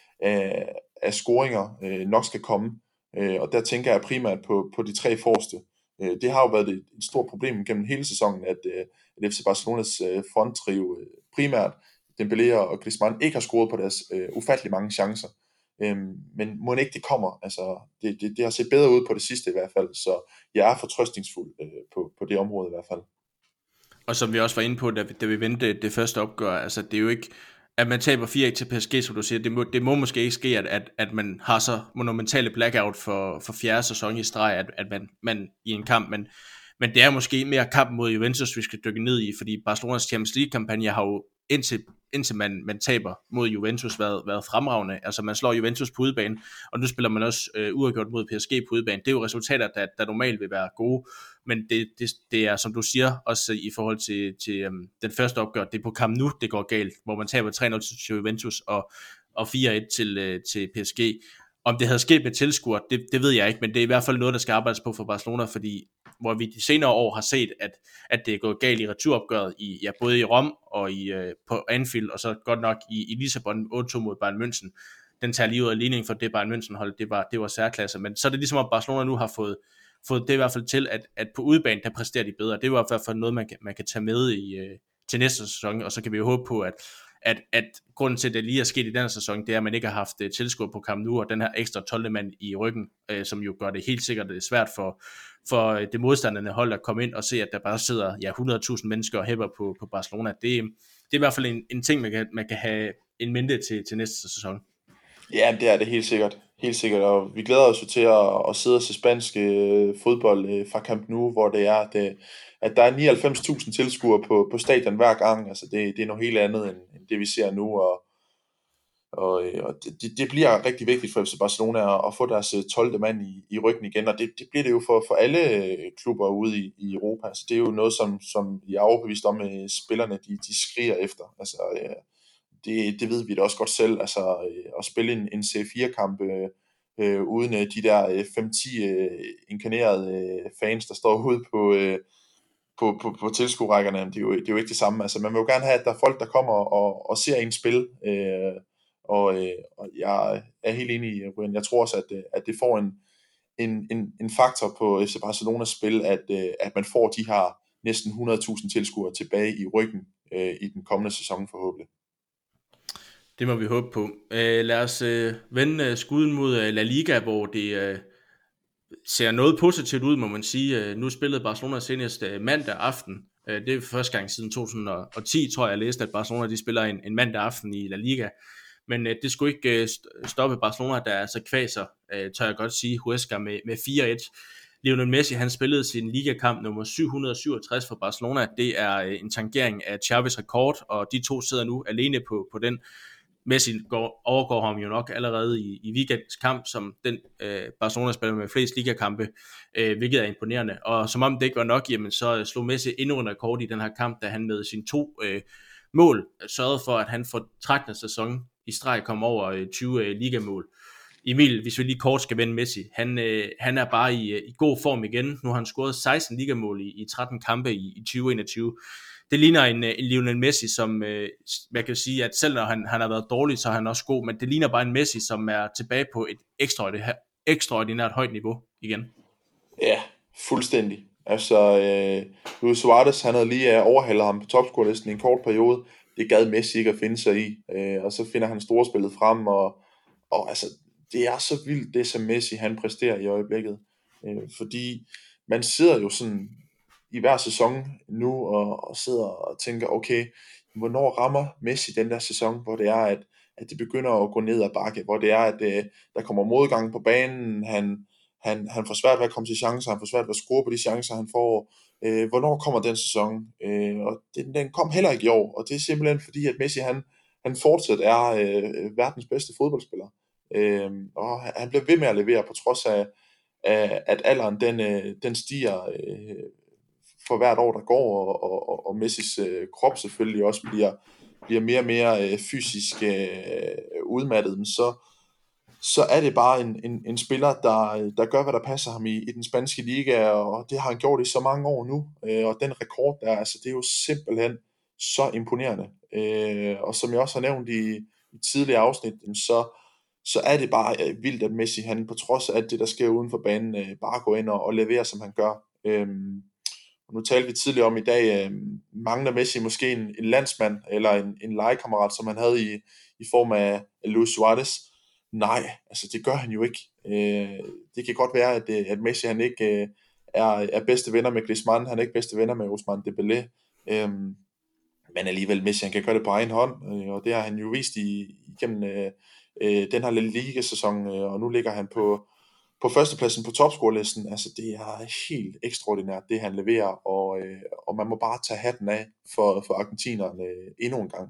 af scoringer nok skal komme, og der tænker jeg primært på de 3 forreste. Det har jo været et stort problem gennem hele sæsonen, at FC Barcelonas fronttrio primært Dembélé og Griezmann ikke har scoret på deres ufattelig mange chancer. Men må ikke det kommer, altså det har set bedre ud på det sidste i hvert fald, så jeg er fortrøstningsfuld på det område i hvert fald. Og som vi også var inde på, da vi vendte det første opgør, altså det er jo ikke, at man taber 4-1 til PSG, som du siger, det må måske ikke ske, at man har så monumentale blackout for 4. sæson i streg, at man i en kamp, men det er måske mere kampen mod Juventus, vi skal dykke ned i, fordi Barcelonas Champions League-kampagne har jo indtil man taber mod Juventus været fremragende. Altså man slår Juventus på udebane, og nu spiller man også uafgjort mod PSG på udebane. Det er jo resultater, der normalt vil være gode, men det er, som du siger, også i forhold til den første opgør, det er på Camp Nou, det går galt, hvor man taber 3-0 til Juventus og 4-1 til PSG. Om det havde sket med tilskuer, det ved jeg ikke, men det er i hvert fald noget, der skal arbejdes på for Barcelona, fordi hvor vi de senere år har set, at det er gået galt i returopgøret, både i Rom og på Anfield, og så godt nok i Lissabon 8-2 mod Bayern München. Den tager lige ud af ligningen for det Bayern München hold, det var særklasse, men så er det ligesom, at Barcelona nu har fået det i hvert fald til, at på udebane, der præsterer de bedre. Det er i hvert fald noget, man kan tage med til næste sæson, og så kan vi jo håbe på, at grunden til, at det lige er sket i den sæson, det er, at man ikke har haft tilskuer på Camp Nou, og den her ekstra 12. mand i ryggen, som jo gør det helt sikkert svært for det modstanderne hold at komme ind og se, at der bare sidder 100.000 mennesker og hæpper på Barcelona. Det er i hvert fald en ting, man kan have en mente til næste sæson. Ja, det er det helt sikkert. Helt sikkert, og vi glæder os jo til at sidde og se spansk fodbold fra Camp Nou, hvor det er, at der er 99.000 tilskuere på stadion hver gang. Altså det er noget helt andet end det, vi ser nu, og det bliver rigtig vigtigt for FC Barcelona at få deres 12. mand i ryggen igen, og det bliver det jo for alle klubber ude i Europa. Altså det er jo noget, som jeg er overbevist om, spillerne de skriger efter. Altså det ved vi da også godt selv, altså at spille en C4-kamp uden de der 5-10 inkarnerede fans, der står ude på tilskuerrækkerne, det er jo ikke det samme. Altså man vil jo gerne have, at der er folk, der kommer og ser en spil, og jeg er helt enig i, Brian. Jeg tror også, at det får en faktor på FC Barcelonas spil, at man får de her næsten 100.000 tilskuere tilbage i ryggen i den kommende sæson forhåbentlig. Det må vi håbe på. Lad os vende skuden mod La Liga, hvor det ser noget positivt ud, må man sige. Nu spillede Barcelona senest mandag aften. Det er første gang siden 2010, tror jeg læste, at Barcelona de spiller en mandag aften i La Liga. Men det skulle ikke stoppe Barcelona, der altså kvaser, tør jeg godt sige, Huesca med 4-1. Lionel Messi, han spillede sin ligakamp nummer 767 for Barcelona. Det er en tangering af Xavis rekord, og de to sidder nu alene på den. Messi overgår ham jo nok allerede i weekendens kamp, som den Barcelona spiller med flest ligakampe, hvilket er imponerende. Og som om det ikke var nok, jamen, så slog Messi endnu en rekord i den her kamp, da han med sine 2 mål sørgede for, at han for 13. sæson i streg kom over 20 ligamål. Emil, hvis vi lige kort skal vende Messi, han er bare i god form igen. Nu har han scoret 16 ligamål i 13 kampe i 2021. Det ligner en Lionel Messi, som jeg kan sige, at selv når han har været dårlig, så er han også god, men det ligner bare en Messi, som er tilbage på et ekstraordinært højt niveau igen. Ja, fuldstændig. Altså, Luis Suarez, han havde lige overhalet ham på topscorelisten i en kort periode. Det gad Messi ikke at finde sig i. Og så finder han storspillet frem, og altså, det er så vildt, det som Messi han præsterer i øjeblikket. Fordi man sidder jo sådan i hver sæson nu og sidder og tænker, okay, hvornår rammer Messi den der sæson, hvor det er, at det begynder at gå ned ad bakke, hvor det er, at der kommer modgang på banen, han får svært ved at komme til chancer, han får svært ved at score på de chancer, han får. Hvornår kommer den sæson? Og den kom heller ikke i år, og det er simpelthen fordi, at Messi han fortsat er verdens bedste fodboldspiller. Og han bliver ved med at levere på trods af at alderen den stiger for hvert år, der går, og Messis krop selvfølgelig også bliver mere og mere fysisk udmattet, men så er det bare en spiller, der gør, hvad der passer ham i den spanske liga, og det har han gjort i så mange år nu, og den rekord der, altså det er jo simpelthen så imponerende, og som jeg også har nævnt i tidligere afsnit, så er det bare vildt, at Messi, han på trods af alt det, der sker uden for banen, bare går ind og leverer, som han gør. Og nu talte vi tidligere om i dag, mangler Messi måske en landsmand, eller en legekammerat, som han havde i form af Luis Suarez. Nej, altså det gør han jo ikke. Det kan godt være, at Messi han ikke er bedste venner med Griezmann, han er ikke bedste venner med Ousmane Dembélé, men alligevel Messi, han kan gøre det på egen hånd, og det har han jo vist igennem den her liga-sæson, og nu ligger han på førstepladsen på topscorelisten. Altså det er helt ekstraordinært, det han leverer, og man må bare tage hatten af for argentinerne endnu en gang.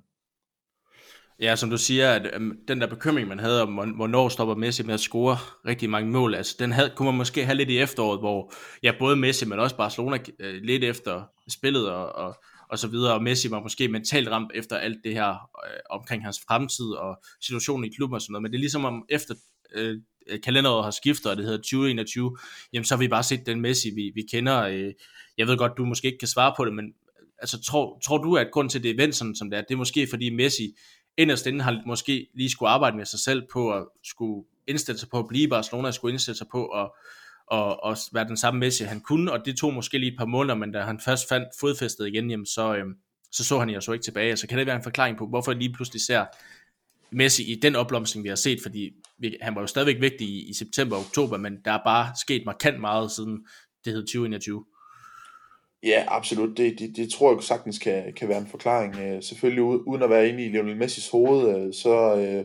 Ja, som du siger, at den der bekymring, man havde om, hvornår stopper Messi med at score rigtig mange mål, altså den kunne man måske have lidt i efteråret, hvor ja, både Messi, men også Barcelona lidt efter spillet og så videre, og Messi var måske mentalt ramt efter alt det her omkring hans fremtid og situationen i klubben og sådan noget, men det er ligesom om efter kalenderet har skiftet, og det hedder 2021, jamen så har vi bare set den Messi, vi kender. Jeg ved godt, du måske ikke kan svare på det, men altså tror du, at grund til, at det er vendt sådan, som det er, det er måske fordi Messi inderst inde har måske lige skulle arbejde med sig selv på at skulle indstille sig på at blive i Barcelona, skulle indstille sig på at være den samme Messi, han kunne, og det tog måske lige et par måneder, men da han først fandt fodfæstet igen, jamen så han jo så ikke tilbage, så kan det være en forklaring på, hvorfor lige pludselig ser Messi i den opblomstring, vi har set, fordi han var jo stadigvæk vigtig i september og oktober, men der er bare sket markant meget siden det hed 2021. Ja, absolut. Det tror jeg sagtens kan være en forklaring. Selvfølgelig uden at være inde i Lionel Messis hoved,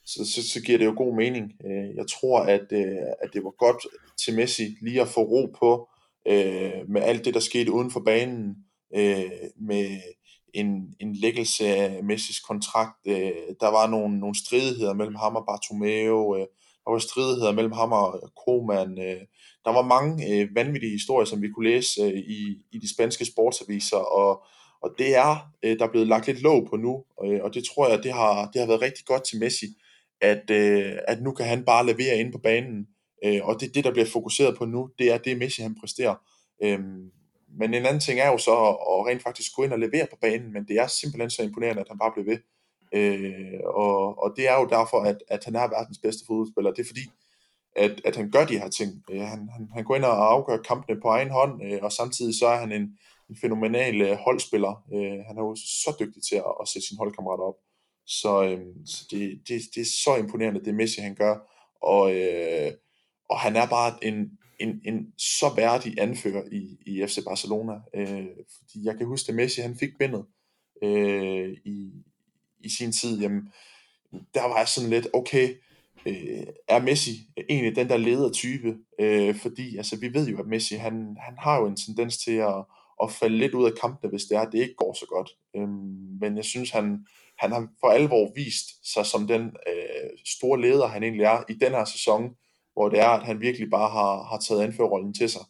så giver det jo god mening. Jeg tror, at det var godt til Messi lige at få ro på med alt det, der skete uden for banen, med en læggelse af Messis kontrakt. Der var nogle stridigheder mellem ham og Bartomeu, der var stridigheder mellem ham og Koeman. Der var mange vanvittige historier, som vi kunne læse i de spanske sportsaviser, og det er der er blevet lagt lidt låg på nu, og det tror jeg, det har været rigtig godt til Messi, at nu kan han bare levere inde på banen, og det er det, der bliver fokuseret på nu, det er det Messi han præsterer. Men en anden ting er jo så at rent faktisk gå ind og levere på banen, men det er simpelthen så imponerende, at han bare bliver ved. Og det er jo derfor, at han er verdens bedste fodboldspiller. Det er fordi, at han gør de her ting. Han går ind og afgør kampene på egen hånd, og samtidig så er han en fænomenal holdspiller. Han er jo så dygtig til at sætte sine holdkammerater op. Så det er så imponerende, det Messi han gør. Og han er bare en så værdig anfører i FC Barcelona. Fordi jeg kan huske, at Messi han fik bindet i sin tid. Jamen, der var jeg sådan lidt, okay, er Messi egentlig den der ledertype? Fordi altså, vi ved jo, at Messi han har jo en tendens til at falde lidt ud af kampene, hvis det ikke går så godt. Men jeg synes, han har for alvor vist sig som den store leder, han egentlig er i den her sæson, hvor det er, at han virkelig bare har taget anførerrollen til sig,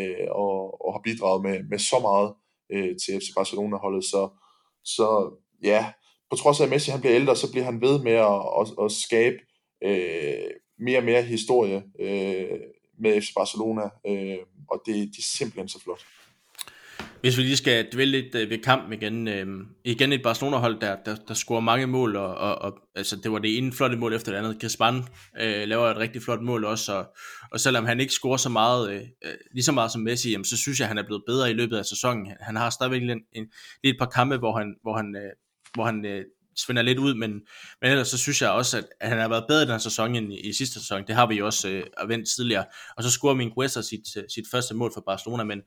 og har bidraget med så meget til FC Barcelona-holdet. Så ja, på trods af, at Messi han bliver ældre, så bliver han ved med at skabe mere og mere historie med FC Barcelona, og det er simpelthen så flot. Hvis vi lige skal dvæle lidt ved kampen igen, igen et Barcelona-hold, der scorer mange mål, og altså, det var det ene flotte mål efter det andet. Griezmann laver et rigtig flot mål også, og selvom han ikke scorer så meget, lige så meget som Messi, jamen, så synes jeg, at han er blevet bedre i løbet af sæsonen. Han har stadigvæk lige et par kampe, hvor han svinder lidt ud, men ellers så synes jeg også, at han har været bedre i den her sæson end i sidste sæson. Det har vi jo også vendt tidligere. Og så scorer Mingueza sit første mål for Barcelona, men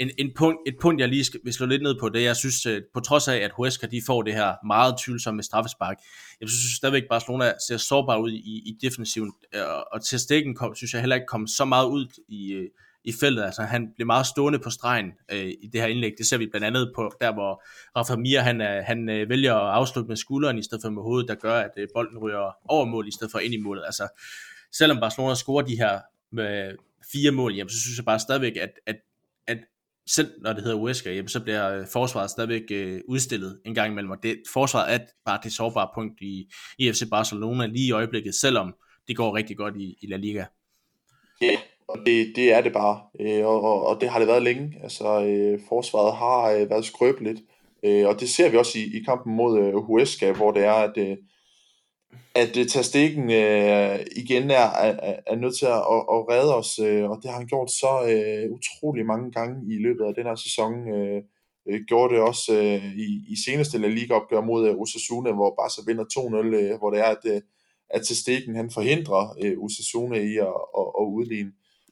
et punkt, jeg lige vil slå lidt ned på, det jeg synes, på trods af, at Huesca de får det her meget tvivlsomme straffespark, jeg synes stadigvæk, at Barcelona ser sårbar ud i defensiven, og Ter Stegen synes jeg heller ikke kom så meget ud i feltet. Altså han blev meget stående på stregen i det her indlæg. Det ser vi blandt andet på der, hvor Rafa Mir han vælger at afslutte med skulderen i stedet for med hovedet, der gør, at bolden ryger over mål i stedet for ind i målet. Altså selvom Barcelona scorer de her 4 mål, jamen, så synes jeg bare stadigvæk, at selv når det hedder Huesca, jamen, så bliver forsvaret stadigvæk udstillet en gang imellem, og forsvaret er bare det sårbare punkt i FC Barcelona lige i øjeblikket, selvom det går rigtig godt i La Liga. Ja, og det er det bare, og det har det været længe. Altså, forsvaret har været skrøbeligt, og det ser vi også i kampen mod Huesca, hvor det er, at Ter Stegen igen er nødt til at redde os, og det har han gjort så utrolig mange gange i løbet af den her sæson. Gjorde det også i seneste La Liga-opgør mod Osasuna, hvor Barca vinder 2-0, hvor det er, at Ter Stegen han forhindrer Osasuna i at udligne.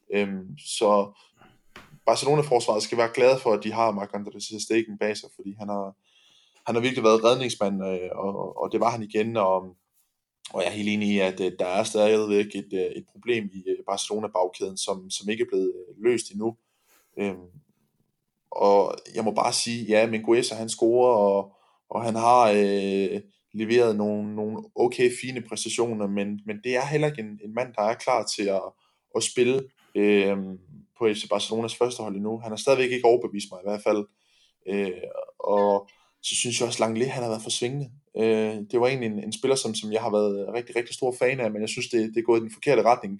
Så Barcelona-forsvaret skal være glade for, at de har Marc-André Ter Stegen bag sig, fordi han har virkelig været redningsmand, og det var han igen, og jeg er helt enig i, at der er stadigvæk et problem i Barcelona-bagkæden, som ikke er blevet løst endnu. Og jeg må bare sige, ja, Mingueza han scorer, og han har leveret nogle okay fine præstationer, men det er heller ikke en mand, der er klar til at spille på FC Barcelonas første hold endnu. Han har stadigvæk ikke overbevist mig i hvert fald. Og så synes jeg også, Langley han har været for svingende. Det var egentlig en spiller, som jeg har været rigtig, rigtig stor fan af, men jeg synes, det er gået i den forkerte retning.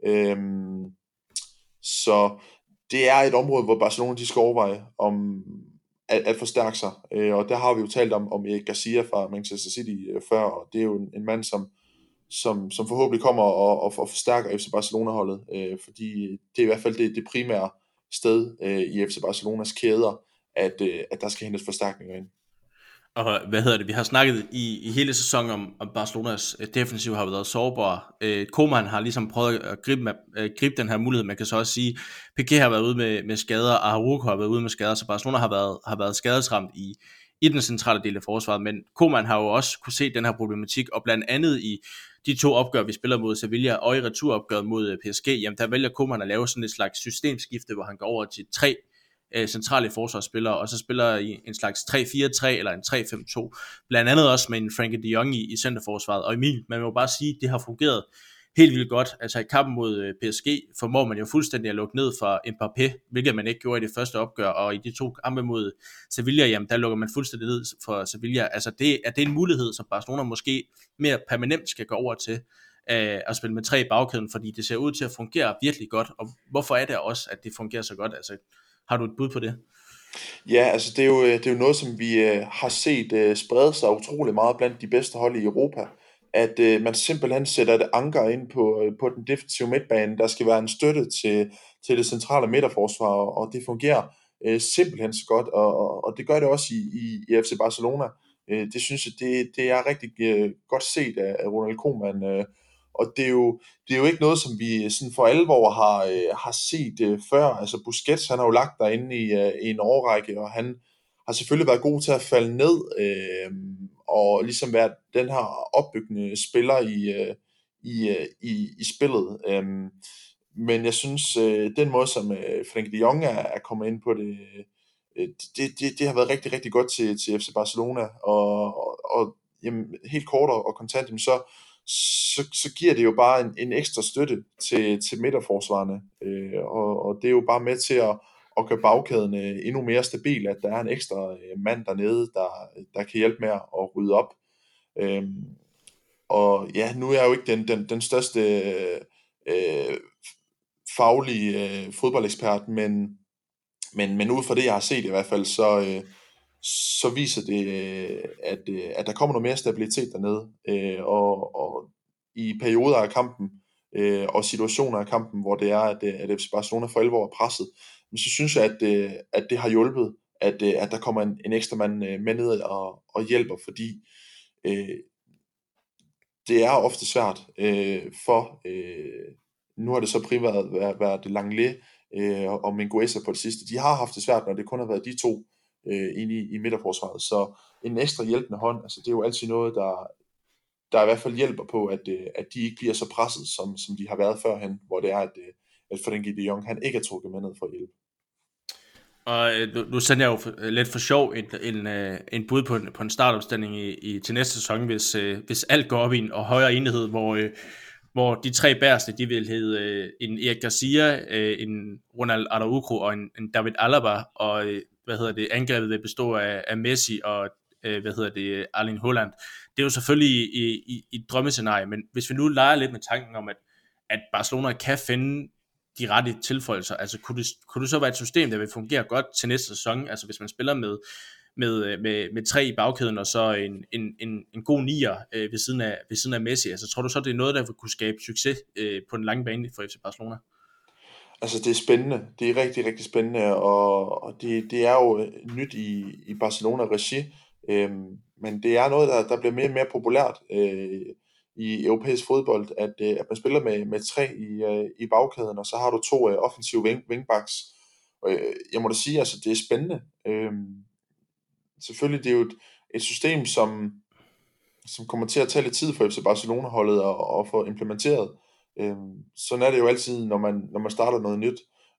Så det er et område, hvor Barcelona de skal overveje om at forstærke sig. Og der har vi jo talt om Eric Garcia fra Manchester City før, og det er jo en mand, som forhåbentlig kommer og forstærker FC Barcelona-holdet, fordi det er i hvert fald det primære sted i FC Barcelonas kæder, at der skal hentes forstærkninger ind. Og vi har snakket i hele sæsonen om Barcelonas defensiv har været sårbar. Koeman har ligesom prøvet at gribe den her mulighed. Man kan så også sige, Piqué har været ude med skader, og Araujo har været ude med skader, så Barcelona har været skadesramt i den centrale del af forsvaret. Men Koeman har jo også kunne se den her problematik, og blandt andet i de 2 opgør, vi spiller mod Sevilla, og i returopgøret mod PSG, jamen der vælger Koeman at lave sådan et slags systemskifte, hvor han går over til 3 centrale forsvarsspillere, og så spiller i en slags 3-4-3 eller en 3-5-2, blandt andet også med en Frenkie de Jong i centerforsvaret. Og Emil, man må bare sige, det har fungeret helt vildt godt. Altså i kampen mod PSG formår man jo fuldstændig at lukke ned for Mbappé, hvilket man ikke gjorde i det første opgør, og i de 2 kampe mod Sevilla, jamen der lukker man fuldstændig ned for Sevilla. Altså det er en mulighed, som Barcelona måske mere permanent skal gå over til, at spille med 3 i bagkæden, fordi det ser ud til at fungere virkelig godt. Og hvorfor er det også, at det fungerer så godt? Altså, har du et bud på det? Ja, altså det er jo noget, som vi har set sprede sig utrolig meget blandt de bedste hold i Europa, at man simpelthen sætter et anker ind på den defensive midtbane. Der skal være en støtte til det centrale midterforsvar, og det fungerer simpelthen så godt, og det gør det også i FC Barcelona. Det synes jeg, det er rigtig godt set af Ronald Koeman, og det er jo ikke noget, som vi sådan for alvor har set før. Altså Busquets, han har jo lagt derinde i en årrække, og han har selvfølgelig været god til at falde ned, og ligesom være den her opbyggende spiller i spillet. Men jeg synes, den måde, som Frenkie de Jong er kommet ind på det, det har været rigtig, rigtig godt til FC Barcelona, og jamen, helt kort og kontant, jamen, så giver det jo bare en ekstra støtte til midterforsvarerne, og det er jo bare med til at gøre bagkæden endnu mere stabil, at der er en ekstra mand dernede, der kan hjælpe med at rydde op. Og ja, nu er jeg jo ikke den største faglige fodboldekspert, men ud fra det, jeg har set i hvert fald, så viser det, at der kommer noget mere stabilitet dernede, og i perioder af kampen, og situationer af kampen, hvor det er, at FC Barcelona for alvor er presset, så synes jeg, at det har hjulpet, at der kommer en ekstra mand med ned og hjælper, fordi det er ofte svært for, nu har det så primært været Langley og Mingueza på det sidste. De har haft det svært, når det kun har været de 2 inde i midterforsvaret. Så en ekstra hjælpende hånd, altså det er jo altid noget, der i hvert fald hjælper på, at de ikke bliver så presset, som de har været førhen, hvor det er, at Frenkie de Jong, han ikke er trukket med ned for at hjælpe. Og nu sender jeg jo lidt for sjov en bud på en startopstilling til næste sæson, hvis alt går op i en højere enhed, hvor de 3 bærste, de vil hedde en Eric Garcia, en Ronald Araujo og en David Alaba, og angrebet vil bestå af Messi og Erling Haaland. Det er jo selvfølgelig i et drømmescenarie, men hvis vi nu leger lidt med tanken om, at Barcelona kan finde de rette tilføjelser, altså kunne det så være et system, der vil fungere godt til næste sæson, altså hvis man spiller med 3 i bagkæden, og så en god nier ved siden af Messi, altså tror du så, det er noget, der vil kunne skabe succes på den lange bane for FC Barcelona? Altså det er spændende, det er rigtig, rigtig spændende, og det er jo nyt i Barcelona-regi, men det er noget, der bliver mere og mere populært i europæisk fodbold, at man spiller med 3 i bagkæden, og så har du 2 offensive wingbacks. Jeg må da sige, altså det er spændende. Selvfølgelig, det er jo et system, som kommer til at tage lidt tid for FC Barcelona-holdet at få implementeret. Sådan er det jo altid, når man starter noget nyt.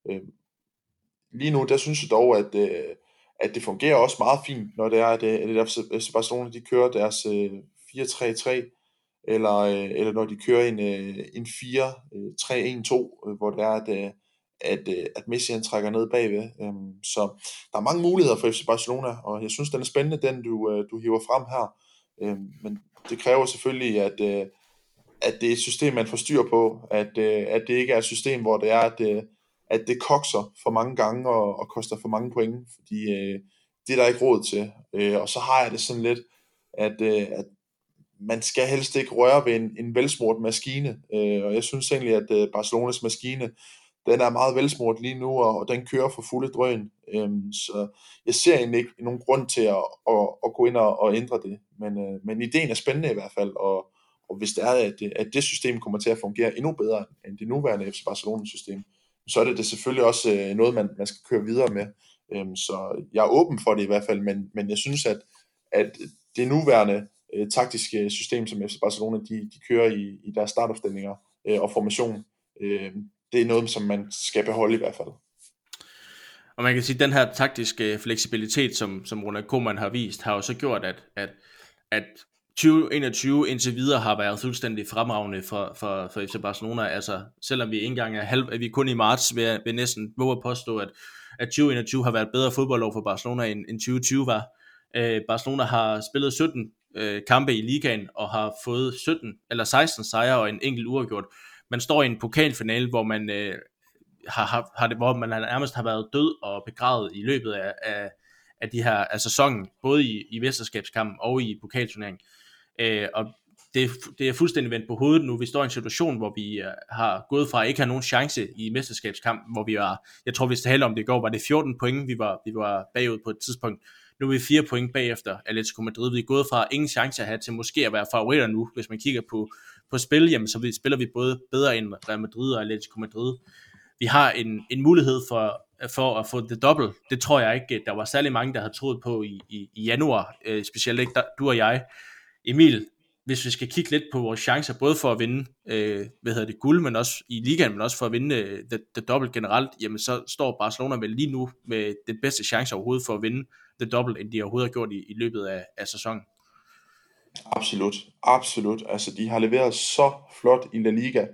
Lige nu, der synes jeg dog, at det fungerer også meget fint, når det er, at FC Barcelona, de kører deres 4-3-3, eller når de kører en 4-3-1-2, hvor det er, at Messi han trækker ned bagved. Så der er mange muligheder for FC Barcelona, og jeg synes, den er spændende, den du hiver frem her. Men det kræver selvfølgelig, at det er et system, man får styr på, at det ikke er et system, hvor det er, at det kokser for mange gange og koster for mange point, fordi det er der ikke råd til. Og så har jeg det sådan lidt, at man skal helst ikke røre ved en velsmurt maskine, og jeg synes egentlig, at Barcelonas maskine, den er meget velsmurt lige nu, og den kører for fulde drøn. Så jeg ser egentlig ikke nogen grund til at gå ind og ændre det, men ideen er spændende i hvert fald, og hvis det er, at det system kommer til at fungere endnu bedre end det nuværende FC Barcelona-system, så er det selvfølgelig også noget, man skal køre videre med. Så jeg er åben for det i hvert fald, men jeg synes, at det nuværende taktiske system, som FC Barcelona de kører i deres startopstillinger og formation. Det er noget, som man skal beholde i hvert fald. Og man kan sige, at den her taktiske fleksibilitet, som Ronald Koeman har vist, har jo så gjort, at 2021 indtil videre har været fuldstændig fremragende for FC Barcelona. Altså, selvom vi ikke engang er vi kun i marts, vil næsten våge at påstå, at 2021 har været bedre fodboldår for Barcelona, end 2020 var. Barcelona har spillet 17 kampe i ligaen, og har fået 16 sejre og en enkelt uafgjort. Man står i en pokalfinale, hvor man hvor man nærmest har været død og begravet i løbet af de her af sæsonen, både i mesterskabskampen og i pokalturneringen. Og det er fuldstændig vendt på hovedet nu. Vi står i en situation, hvor vi har gået fra at ikke have nogen chance i mesterskabskampen, hvor jeg tror, vi talte om det i går, var det 14 point, vi var bagud på et tidspunkt. Nu er vi 4 point bagefter Atletico Madrid. Vi er gået fra ingen chance at have til måske at være favoritter nu. Hvis man kigger på spil, jamen, så spiller vi både bedre end Real Madrid og Atletico Madrid. Vi har en mulighed for at få det dobbelt. Det tror jeg ikke, der var særlig mange, der havde troet på i januar. Specielt ikke du og jeg. Emil, hvis vi skal kigge lidt på vores chancer, både for at vinde guld, men også i ligaen, men også for at vinde det dobbelt generelt, jamen så står Barcelona vel lige nu med den bedste chance overhovedet for at vinde det dobbelt, end de overhovedet har gjort i løbet af sæsonen. Absolut. Altså, de har leveret så flot i La Liga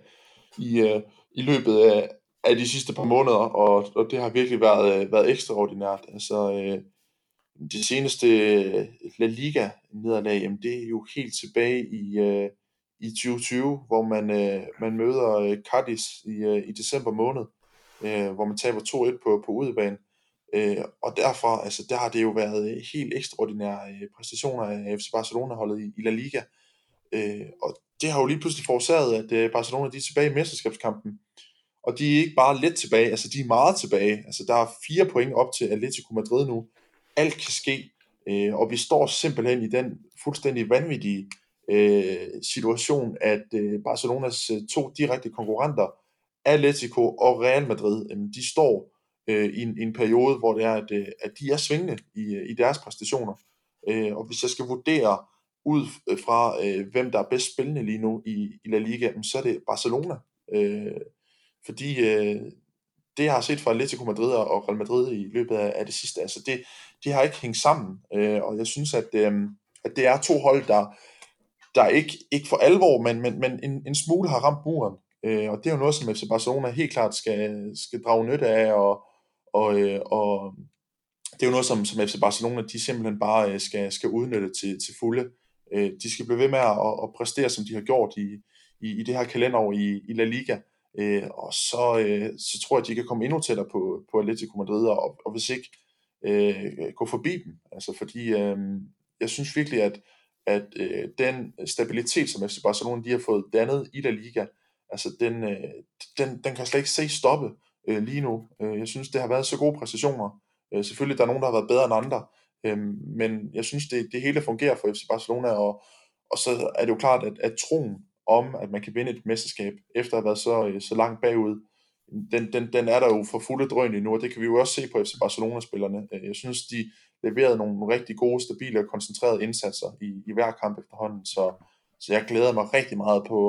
i løbet af de sidste par måneder, og det har virkelig været ekstraordinært. Altså, det seneste La Liga nederlag, jamen det er jo helt tilbage i 2020, hvor man møder Cadiz i december måned, hvor man taber 2-1 på udebane. Og derfra, altså der har det jo været helt ekstraordinære præstationer af FC Barcelona-holdet i La Liga. Og det har jo lige pludselig forårsaget, at Barcelona de er tilbage i mesterskabskampen. Og de er ikke bare lidt tilbage, altså de er meget tilbage. Altså der er 4 point op til Atletico Madrid nu. Alt kan ske, og vi står simpelthen i den fuldstændig vanvittige situation, at Barcelonas 2 direkte konkurrenter, Atletico og Real Madrid, de står i en periode, hvor det er, at de er svingende i deres præstationer. Og hvis jeg skal vurdere ud fra, hvem der er bedst spillende lige nu i La Liga, så er det Barcelona. Fordi det jeg har set fra Atletico Madrid og Real Madrid i løbet af det sidste, altså det har ikke hængt sammen, og jeg synes, at det er 2 hold, der ikke for alvor, men en smule har ramt muren, og det er jo noget, som FC Barcelona helt klart skal drage nytte af, og det er jo noget, som FC Barcelona, de simpelthen bare skal udnytte til fulde. De skal blive ved med at præstere, som de har gjort i det her kalenderår i La Liga, og så tror jeg, at de kan komme endnu tættere på Atletico Madrid, og hvis ikke gå forbi dem. Altså fordi jeg synes virkelig, at den stabilitet, som FC Barcelona de har fået dannet i La Liga, altså den kan slet ikke se stoppe lige nu. Jeg synes, det har været så gode præstationer. Selvfølgelig, der er nogen, der har været bedre end andre, men jeg synes, det hele fungerer for FC Barcelona, og så er det jo klart, at troen om, at man kan vinde et mesterskab, efter at have været så langt bagud, den er der jo for fulde drøn endnu, og det kan vi jo også se på FC Barcelona-spillerne. Jeg synes, de leverede nogle rigtig gode, stabile og koncentrerede indsatser i hver kamp efterhånden, så jeg glæder mig rigtig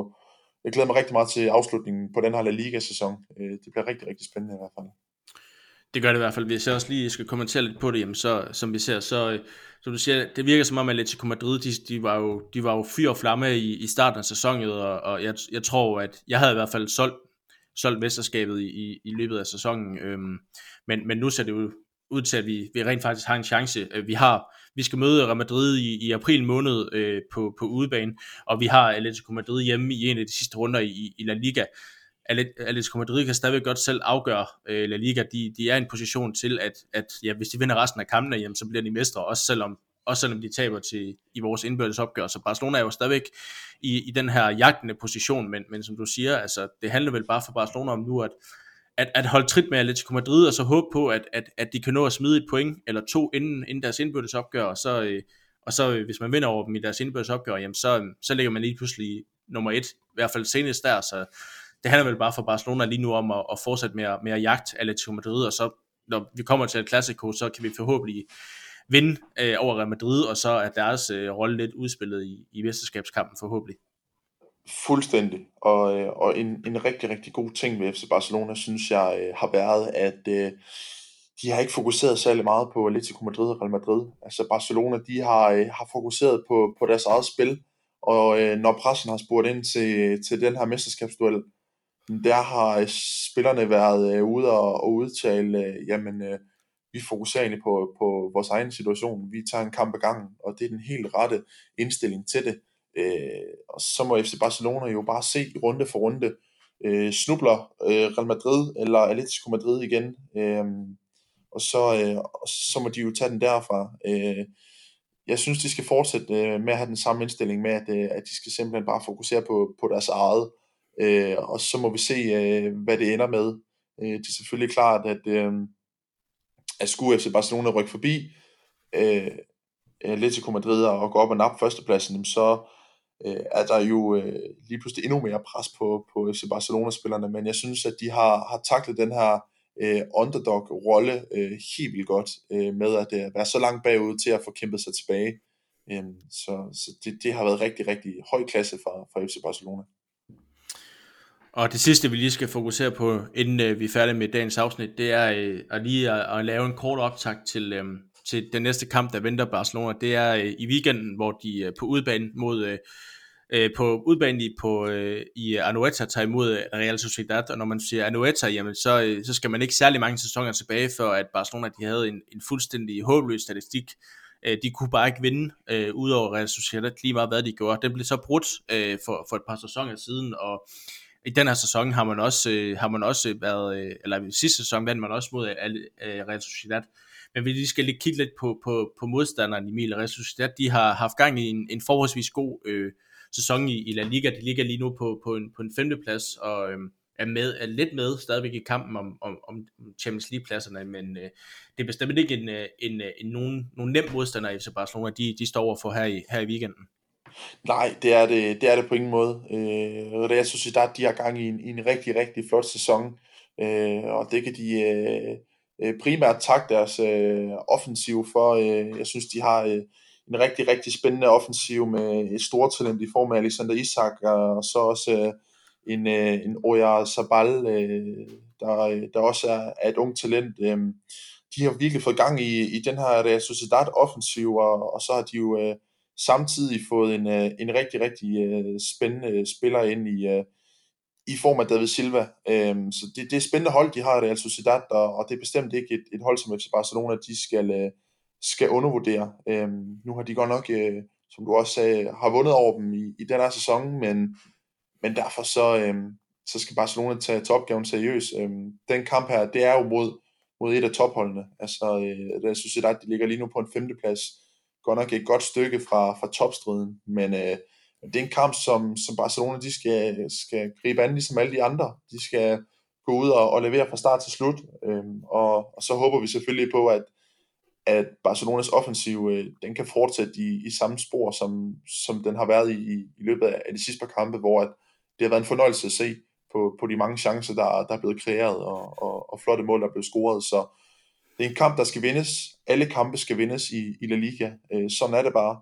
meget til afslutningen på den her La Liga-sæson. Det bliver rigtig, rigtig spændende i hvert fald. Det gør det i hvert fald. Hvis jeg også lige skal kommentere lidt på det, jamen så, som vi ser, så som du siger, det virker som om, at Atletico Madrid, de var jo fyr og flamme i starten af sæsonen, og jeg tror, at jeg havde i hvert fald solgt mesterskabet i løbet af sæsonen, men nu ser det jo ud til, at vi rent faktisk har en chance. Vi skal møde Real Madrid i april måned på udebane, og vi har Atletico Madrid hjemme i en af de sidste runder i La Liga. Atletico Madrid kan stadigvæk godt selv afgøre La Liga. De er i en position til, at ja, hvis de vinder resten af kampene, jamen, så bliver de mestre, også selvom de taber i vores indbyrdes opgør. Så Barcelona er jo stadigvæk i den her jagtende position, men som du siger, altså, det handler vel bare for Barcelona om nu, at holde trit med Atletico Madrid, og så håbe på, at de kan nå at smide et point eller 2 inden deres indbyrdes opgør, og så hvis man vinder over dem i deres indbyrdes opgør, jamen, så ligger man lige pludselig nummer 1, i hvert fald senest der, så det handler vel bare for Barcelona lige nu om at fortsætte med at jagte Atletico Madrid, og så når vi kommer til et Clasico, så kan vi forhåbentlig vinde over Real Madrid, og så er deres rolle lidt udspillet i mesterskabskampen forhåbentlig. Fuldstændig. Og en rigtig, rigtig god ting ved FC Barcelona, synes jeg, har været, at de har ikke fokuseret særlig meget på Atletico Madrid og Real Madrid. Altså Barcelona, de har fokuseret på deres eget spil, og når pressen har spurgt ind til den her mesterskabsduel, der har spillerne været ude og udtale, vi fokuserer egentlig på vores egen situation. Vi tager en kamp ad gangen, og det er den helt rette indstilling til det. Og så må FC Barcelona jo bare se runde for runde. Snubler Real Madrid eller Atletico Madrid igen, og så må de jo tage den derfra. Jeg synes, de skal fortsætte med at have den samme indstilling med, at de skal simpelthen bare fokusere på deres eget. Og så må vi se, hvad det ender med. Det er selvfølgelig klart, at skulle FC Barcelona rykke forbi Atletico Madrid og gå op og nappe førstepladsen, så er der jo lige pludselig endnu mere pres på FC Barcelona-spillerne, men jeg synes, at de har taklet den her underdog-rolle helt vildt godt, med at være så langt bagud til at få kæmpet sig tilbage. Så det har været rigtig, rigtig høj klasse fra FC Barcelona. Og det sidste, vi lige skal fokusere på, inden vi er færdige med dagens afsnit, det er at lave en kort optakt til den næste kamp, der venter Barcelona. Det er i weekenden, hvor de på udebane i Anoeta tager imod Real Sociedad, og når man siger Anoeta, jamen så skal man ikke særlig mange sæsoner tilbage, før at Barcelona de havde en fuldstændig håbløs statistik. De kunne bare ikke vinde, udover Real Sociedad, lige meget hvad de gjorde. Den blev så brudt for et par sæsoner siden, og i den her sæson har man også været, eller i sidste sæson vandt man også mod Real Sociedad. Men vi lige skal lige kigge lidt på modstanderen Emil. Real Sociedad, de har haft gang i en forholdsvis god sæson i La Liga. De ligger lige nu på en 5. plads og er lidt med stadigvæk i kampen om Champions League pladserne, men det er bestemt ikke nogen nem modstander i FC Barcelona, de står overfor her i weekenden. Nej, det er det på ingen måde. Real Sociedad, de har gang i en rigtig, rigtig flot sæson, og det kan de primært takke deres offensiv for. Jeg synes, de har en rigtig, rigtig spændende offensiv med et stort talent i form af Alexander Isak, og så også en Oyarzabal, der også er et ung talent. De har virkelig fået gang i den her Real Sociedad offensiv, og så har de jo samtidig fået en rigtig, rigtig spændende spiller ind i form af David Silva. Så det er spændende hold, de har i Real Sociedad, og det er bestemt ikke et hold, som FC Barcelona de skal undervurdere. Nu har de godt nok, som du også sagde, har vundet over dem i den her sæson, men derfor så skal Barcelona tage opgaven seriøst. Den kamp her, det er jo mod et af topholdene. Altså Real Sociedad, de ligger lige nu på en 5. plads. Godt nok et godt stykke fra topstriden, men det er en kamp, som Barcelona de skal gribe an ligesom alle de andre. De skal gå ud og levere fra start til slut, og så håber vi selvfølgelig på, at Barcelonas offensiv den kan fortsætte i samme spor, som den har været i løbet af de sidste par kampe, hvor det har været en fornøjelse at se på de mange chancer, der er blevet kreeret, og flotte mål, der er blevet scoret. Så det er en kamp, der skal vindes. Alle kampe skal vindes i La Liga. Sådan er det bare.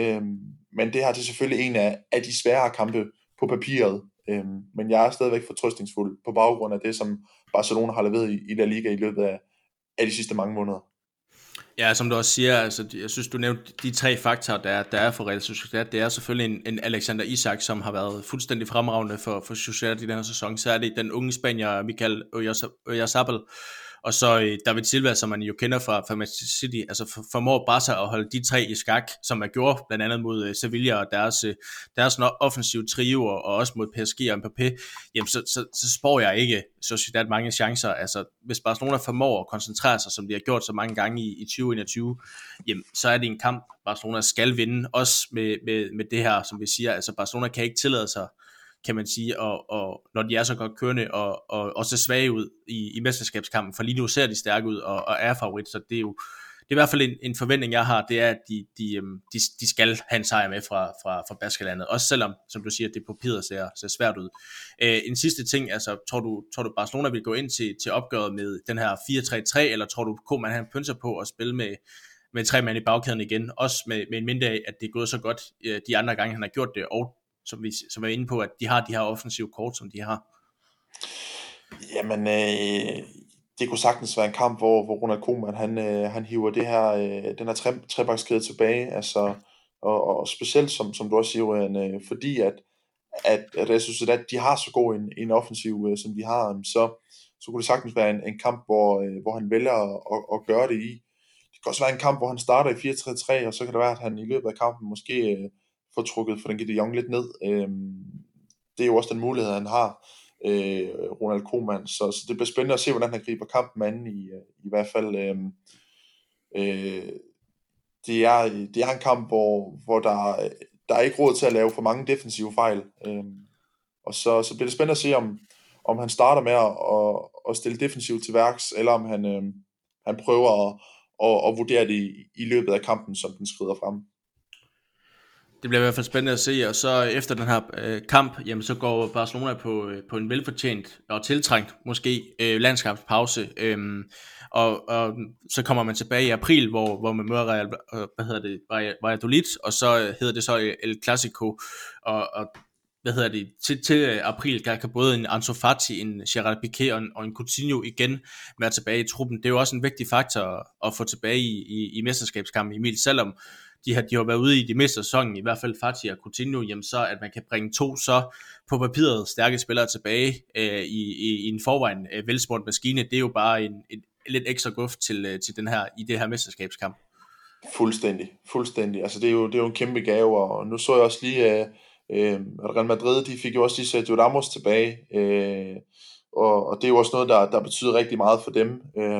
Men det her det er selvfølgelig en af de sværere kampe på papiret. Men jeg er stadigvæk fortrøstningsfuld på baggrund af det, som Barcelona har leveret i La Liga i løbet af de sidste mange måneder. Ja, som du også siger, altså, jeg synes, du nævnte de 3 faktorer, der er for Real Sociedad. Det er selvfølgelig en Alexander Isak, som har været fuldstændig fremragende for Sociedad i den her sæson. Så er det den unge spanier, Mikel Oyarzabal, og så David Silva, som man jo kender fra Manchester City, altså formår Barca at holde de 3 i skak, som man gjorde blandt andet mod Sevilla og deres offensive trio, og også mod PSG og Mbappé. Jamen så spår jeg ikke Sociedad mange chancer. Altså hvis Barcelona formår at koncentrere sig, som de har gjort så mange gange i 2021, jamen så er det en kamp, Barcelona skal vinde, også med det her, som vi siger. Altså Barcelona kan ikke tillade sig, kan man sige, og når de er så godt kørende og ser svage ud i mesterskabskampen, for lige nu ser de stærke ud og er favorit, så det er jo det er i hvert fald en forventning, jeg har, det er, at de skal have en sejr med fra Baskerlandet, også selvom, som du siger, det på papiret ser svært ud. En sidste ting, altså, tror du Barcelona vil gå ind til opgøret med den her 4-3-3, eller tror du, man have en pønser på at spille med med 3 mand i bagkæden igen, også med en mindre af, at det er gået så godt de andre gange, han har gjort det, og som vi er inde på, at de har de her offensive kort, som de har. Jamen, det kunne sagtens være en kamp, hvor Ronald Koeman, han hiver den her trebakskæde tilbage, altså, og specielt, som du også siger, Ryan, fordi at jeg synes, at de har så god en offensiv, som de har, så kunne det sagtens være en kamp, hvor han vælger at gøre det i. Det kan også være en kamp, hvor han starter i 4-3-3, og så kan det være, at han i løbet af kampen måske får trukket for den de Jong lidt ned. Det er jo også den mulighed, han har, Ronald Koeman, så det bliver spændende at se, hvordan han griber kampen an i hvert fald. Det er en kamp, hvor der er ikke råd til at lave for mange defensive fejl, og så bliver det spændende at se, om han starter med at stille defensivt til værks, eller om han prøver at vurdere det i løbet af kampen, som den skrider frem. Det bliver i hvert fald spændende at se, og så efter den her kamp, jamen så går Barcelona på en velfortjent og tiltrængt måske landskampspause, og så kommer man tilbage i april, hvor man møder Valladolid, og så hedder det så El Clasico, og til april kan både en Ansu Fati, en Gerard Piqué og en Coutinho igen være tilbage i truppen. Det er jo også en vigtig faktor at få tilbage i mesterskabskampen, Emil, selvom de har været ude i de meste sæsonen, i hvert fald Fati og Coutinho, jamen så at man kan bringe 2 så på papiret stærke spillere tilbage i en forvejen velspurgt maskine, det er jo bare en lidt ekstra guf til det her mesterskabskamp. Fuldstændig. Altså det er jo en kæmpe gave, og nu så jeg også lige Real Madrid, de fik jo også lige Sergio Ramos tilbage, og det er jo også noget, der betyder rigtig meget for dem,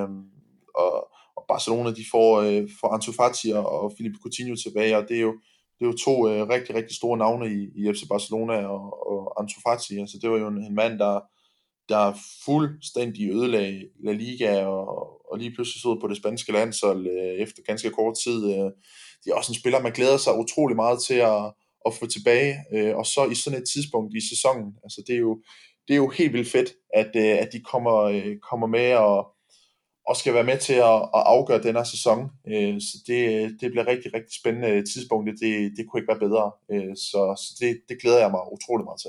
og Barcelona, de får Ansu Fati og Philippe Coutinho tilbage, og det er jo 2 rigtig, rigtig store navne i FC Barcelona, og Ansu Fati, altså det var jo en mand, der fuldstændig ødelagde La Liga, og lige pludselig stod på det spanske landshold efter ganske kort tid. Det er også en spiller, man glæder sig utrolig meget til at få tilbage, og så i sådan et tidspunkt i sæsonen, altså det er jo helt vildt fedt, at de kommer med og skal være med til at afgøre den her sæson, så det bliver rigtig, rigtig spændende tidspunkt, det kunne ikke være bedre, så det glæder jeg mig utrolig meget til.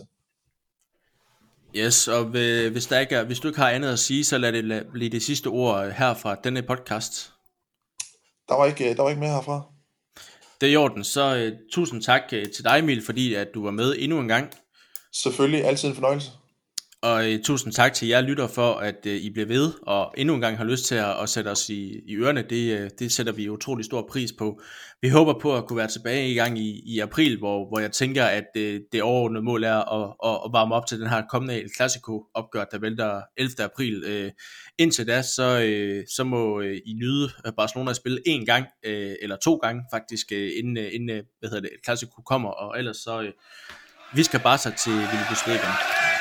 Yes, og hvis du ikke har andet at sige, så lad det blive det sidste ord her fra denne podcast. Der var ikke mere herfra. Det er i orden, så tusind tak til dig, Emil, fordi at du var med endnu en gang. Selvfølgelig, altid en fornøjelse. Og tusind tak til jer lytter for, at I bliver ved, og endnu en gang har lyst til at sætte os i ørerne. Det sætter vi utrolig stor pris på. Vi håber på at kunne være tilbage i gang i april, hvor jeg tænker, at det overordnede mål er at varme op til den her kommende El Clasico opgør, der vælter 11. april. Indtil da, så må I nyde Barcelona spille 1 gang, eller 2 gange faktisk, inden El Clasico kommer, og ellers så vi skal bare tage til Villa Bundesliga.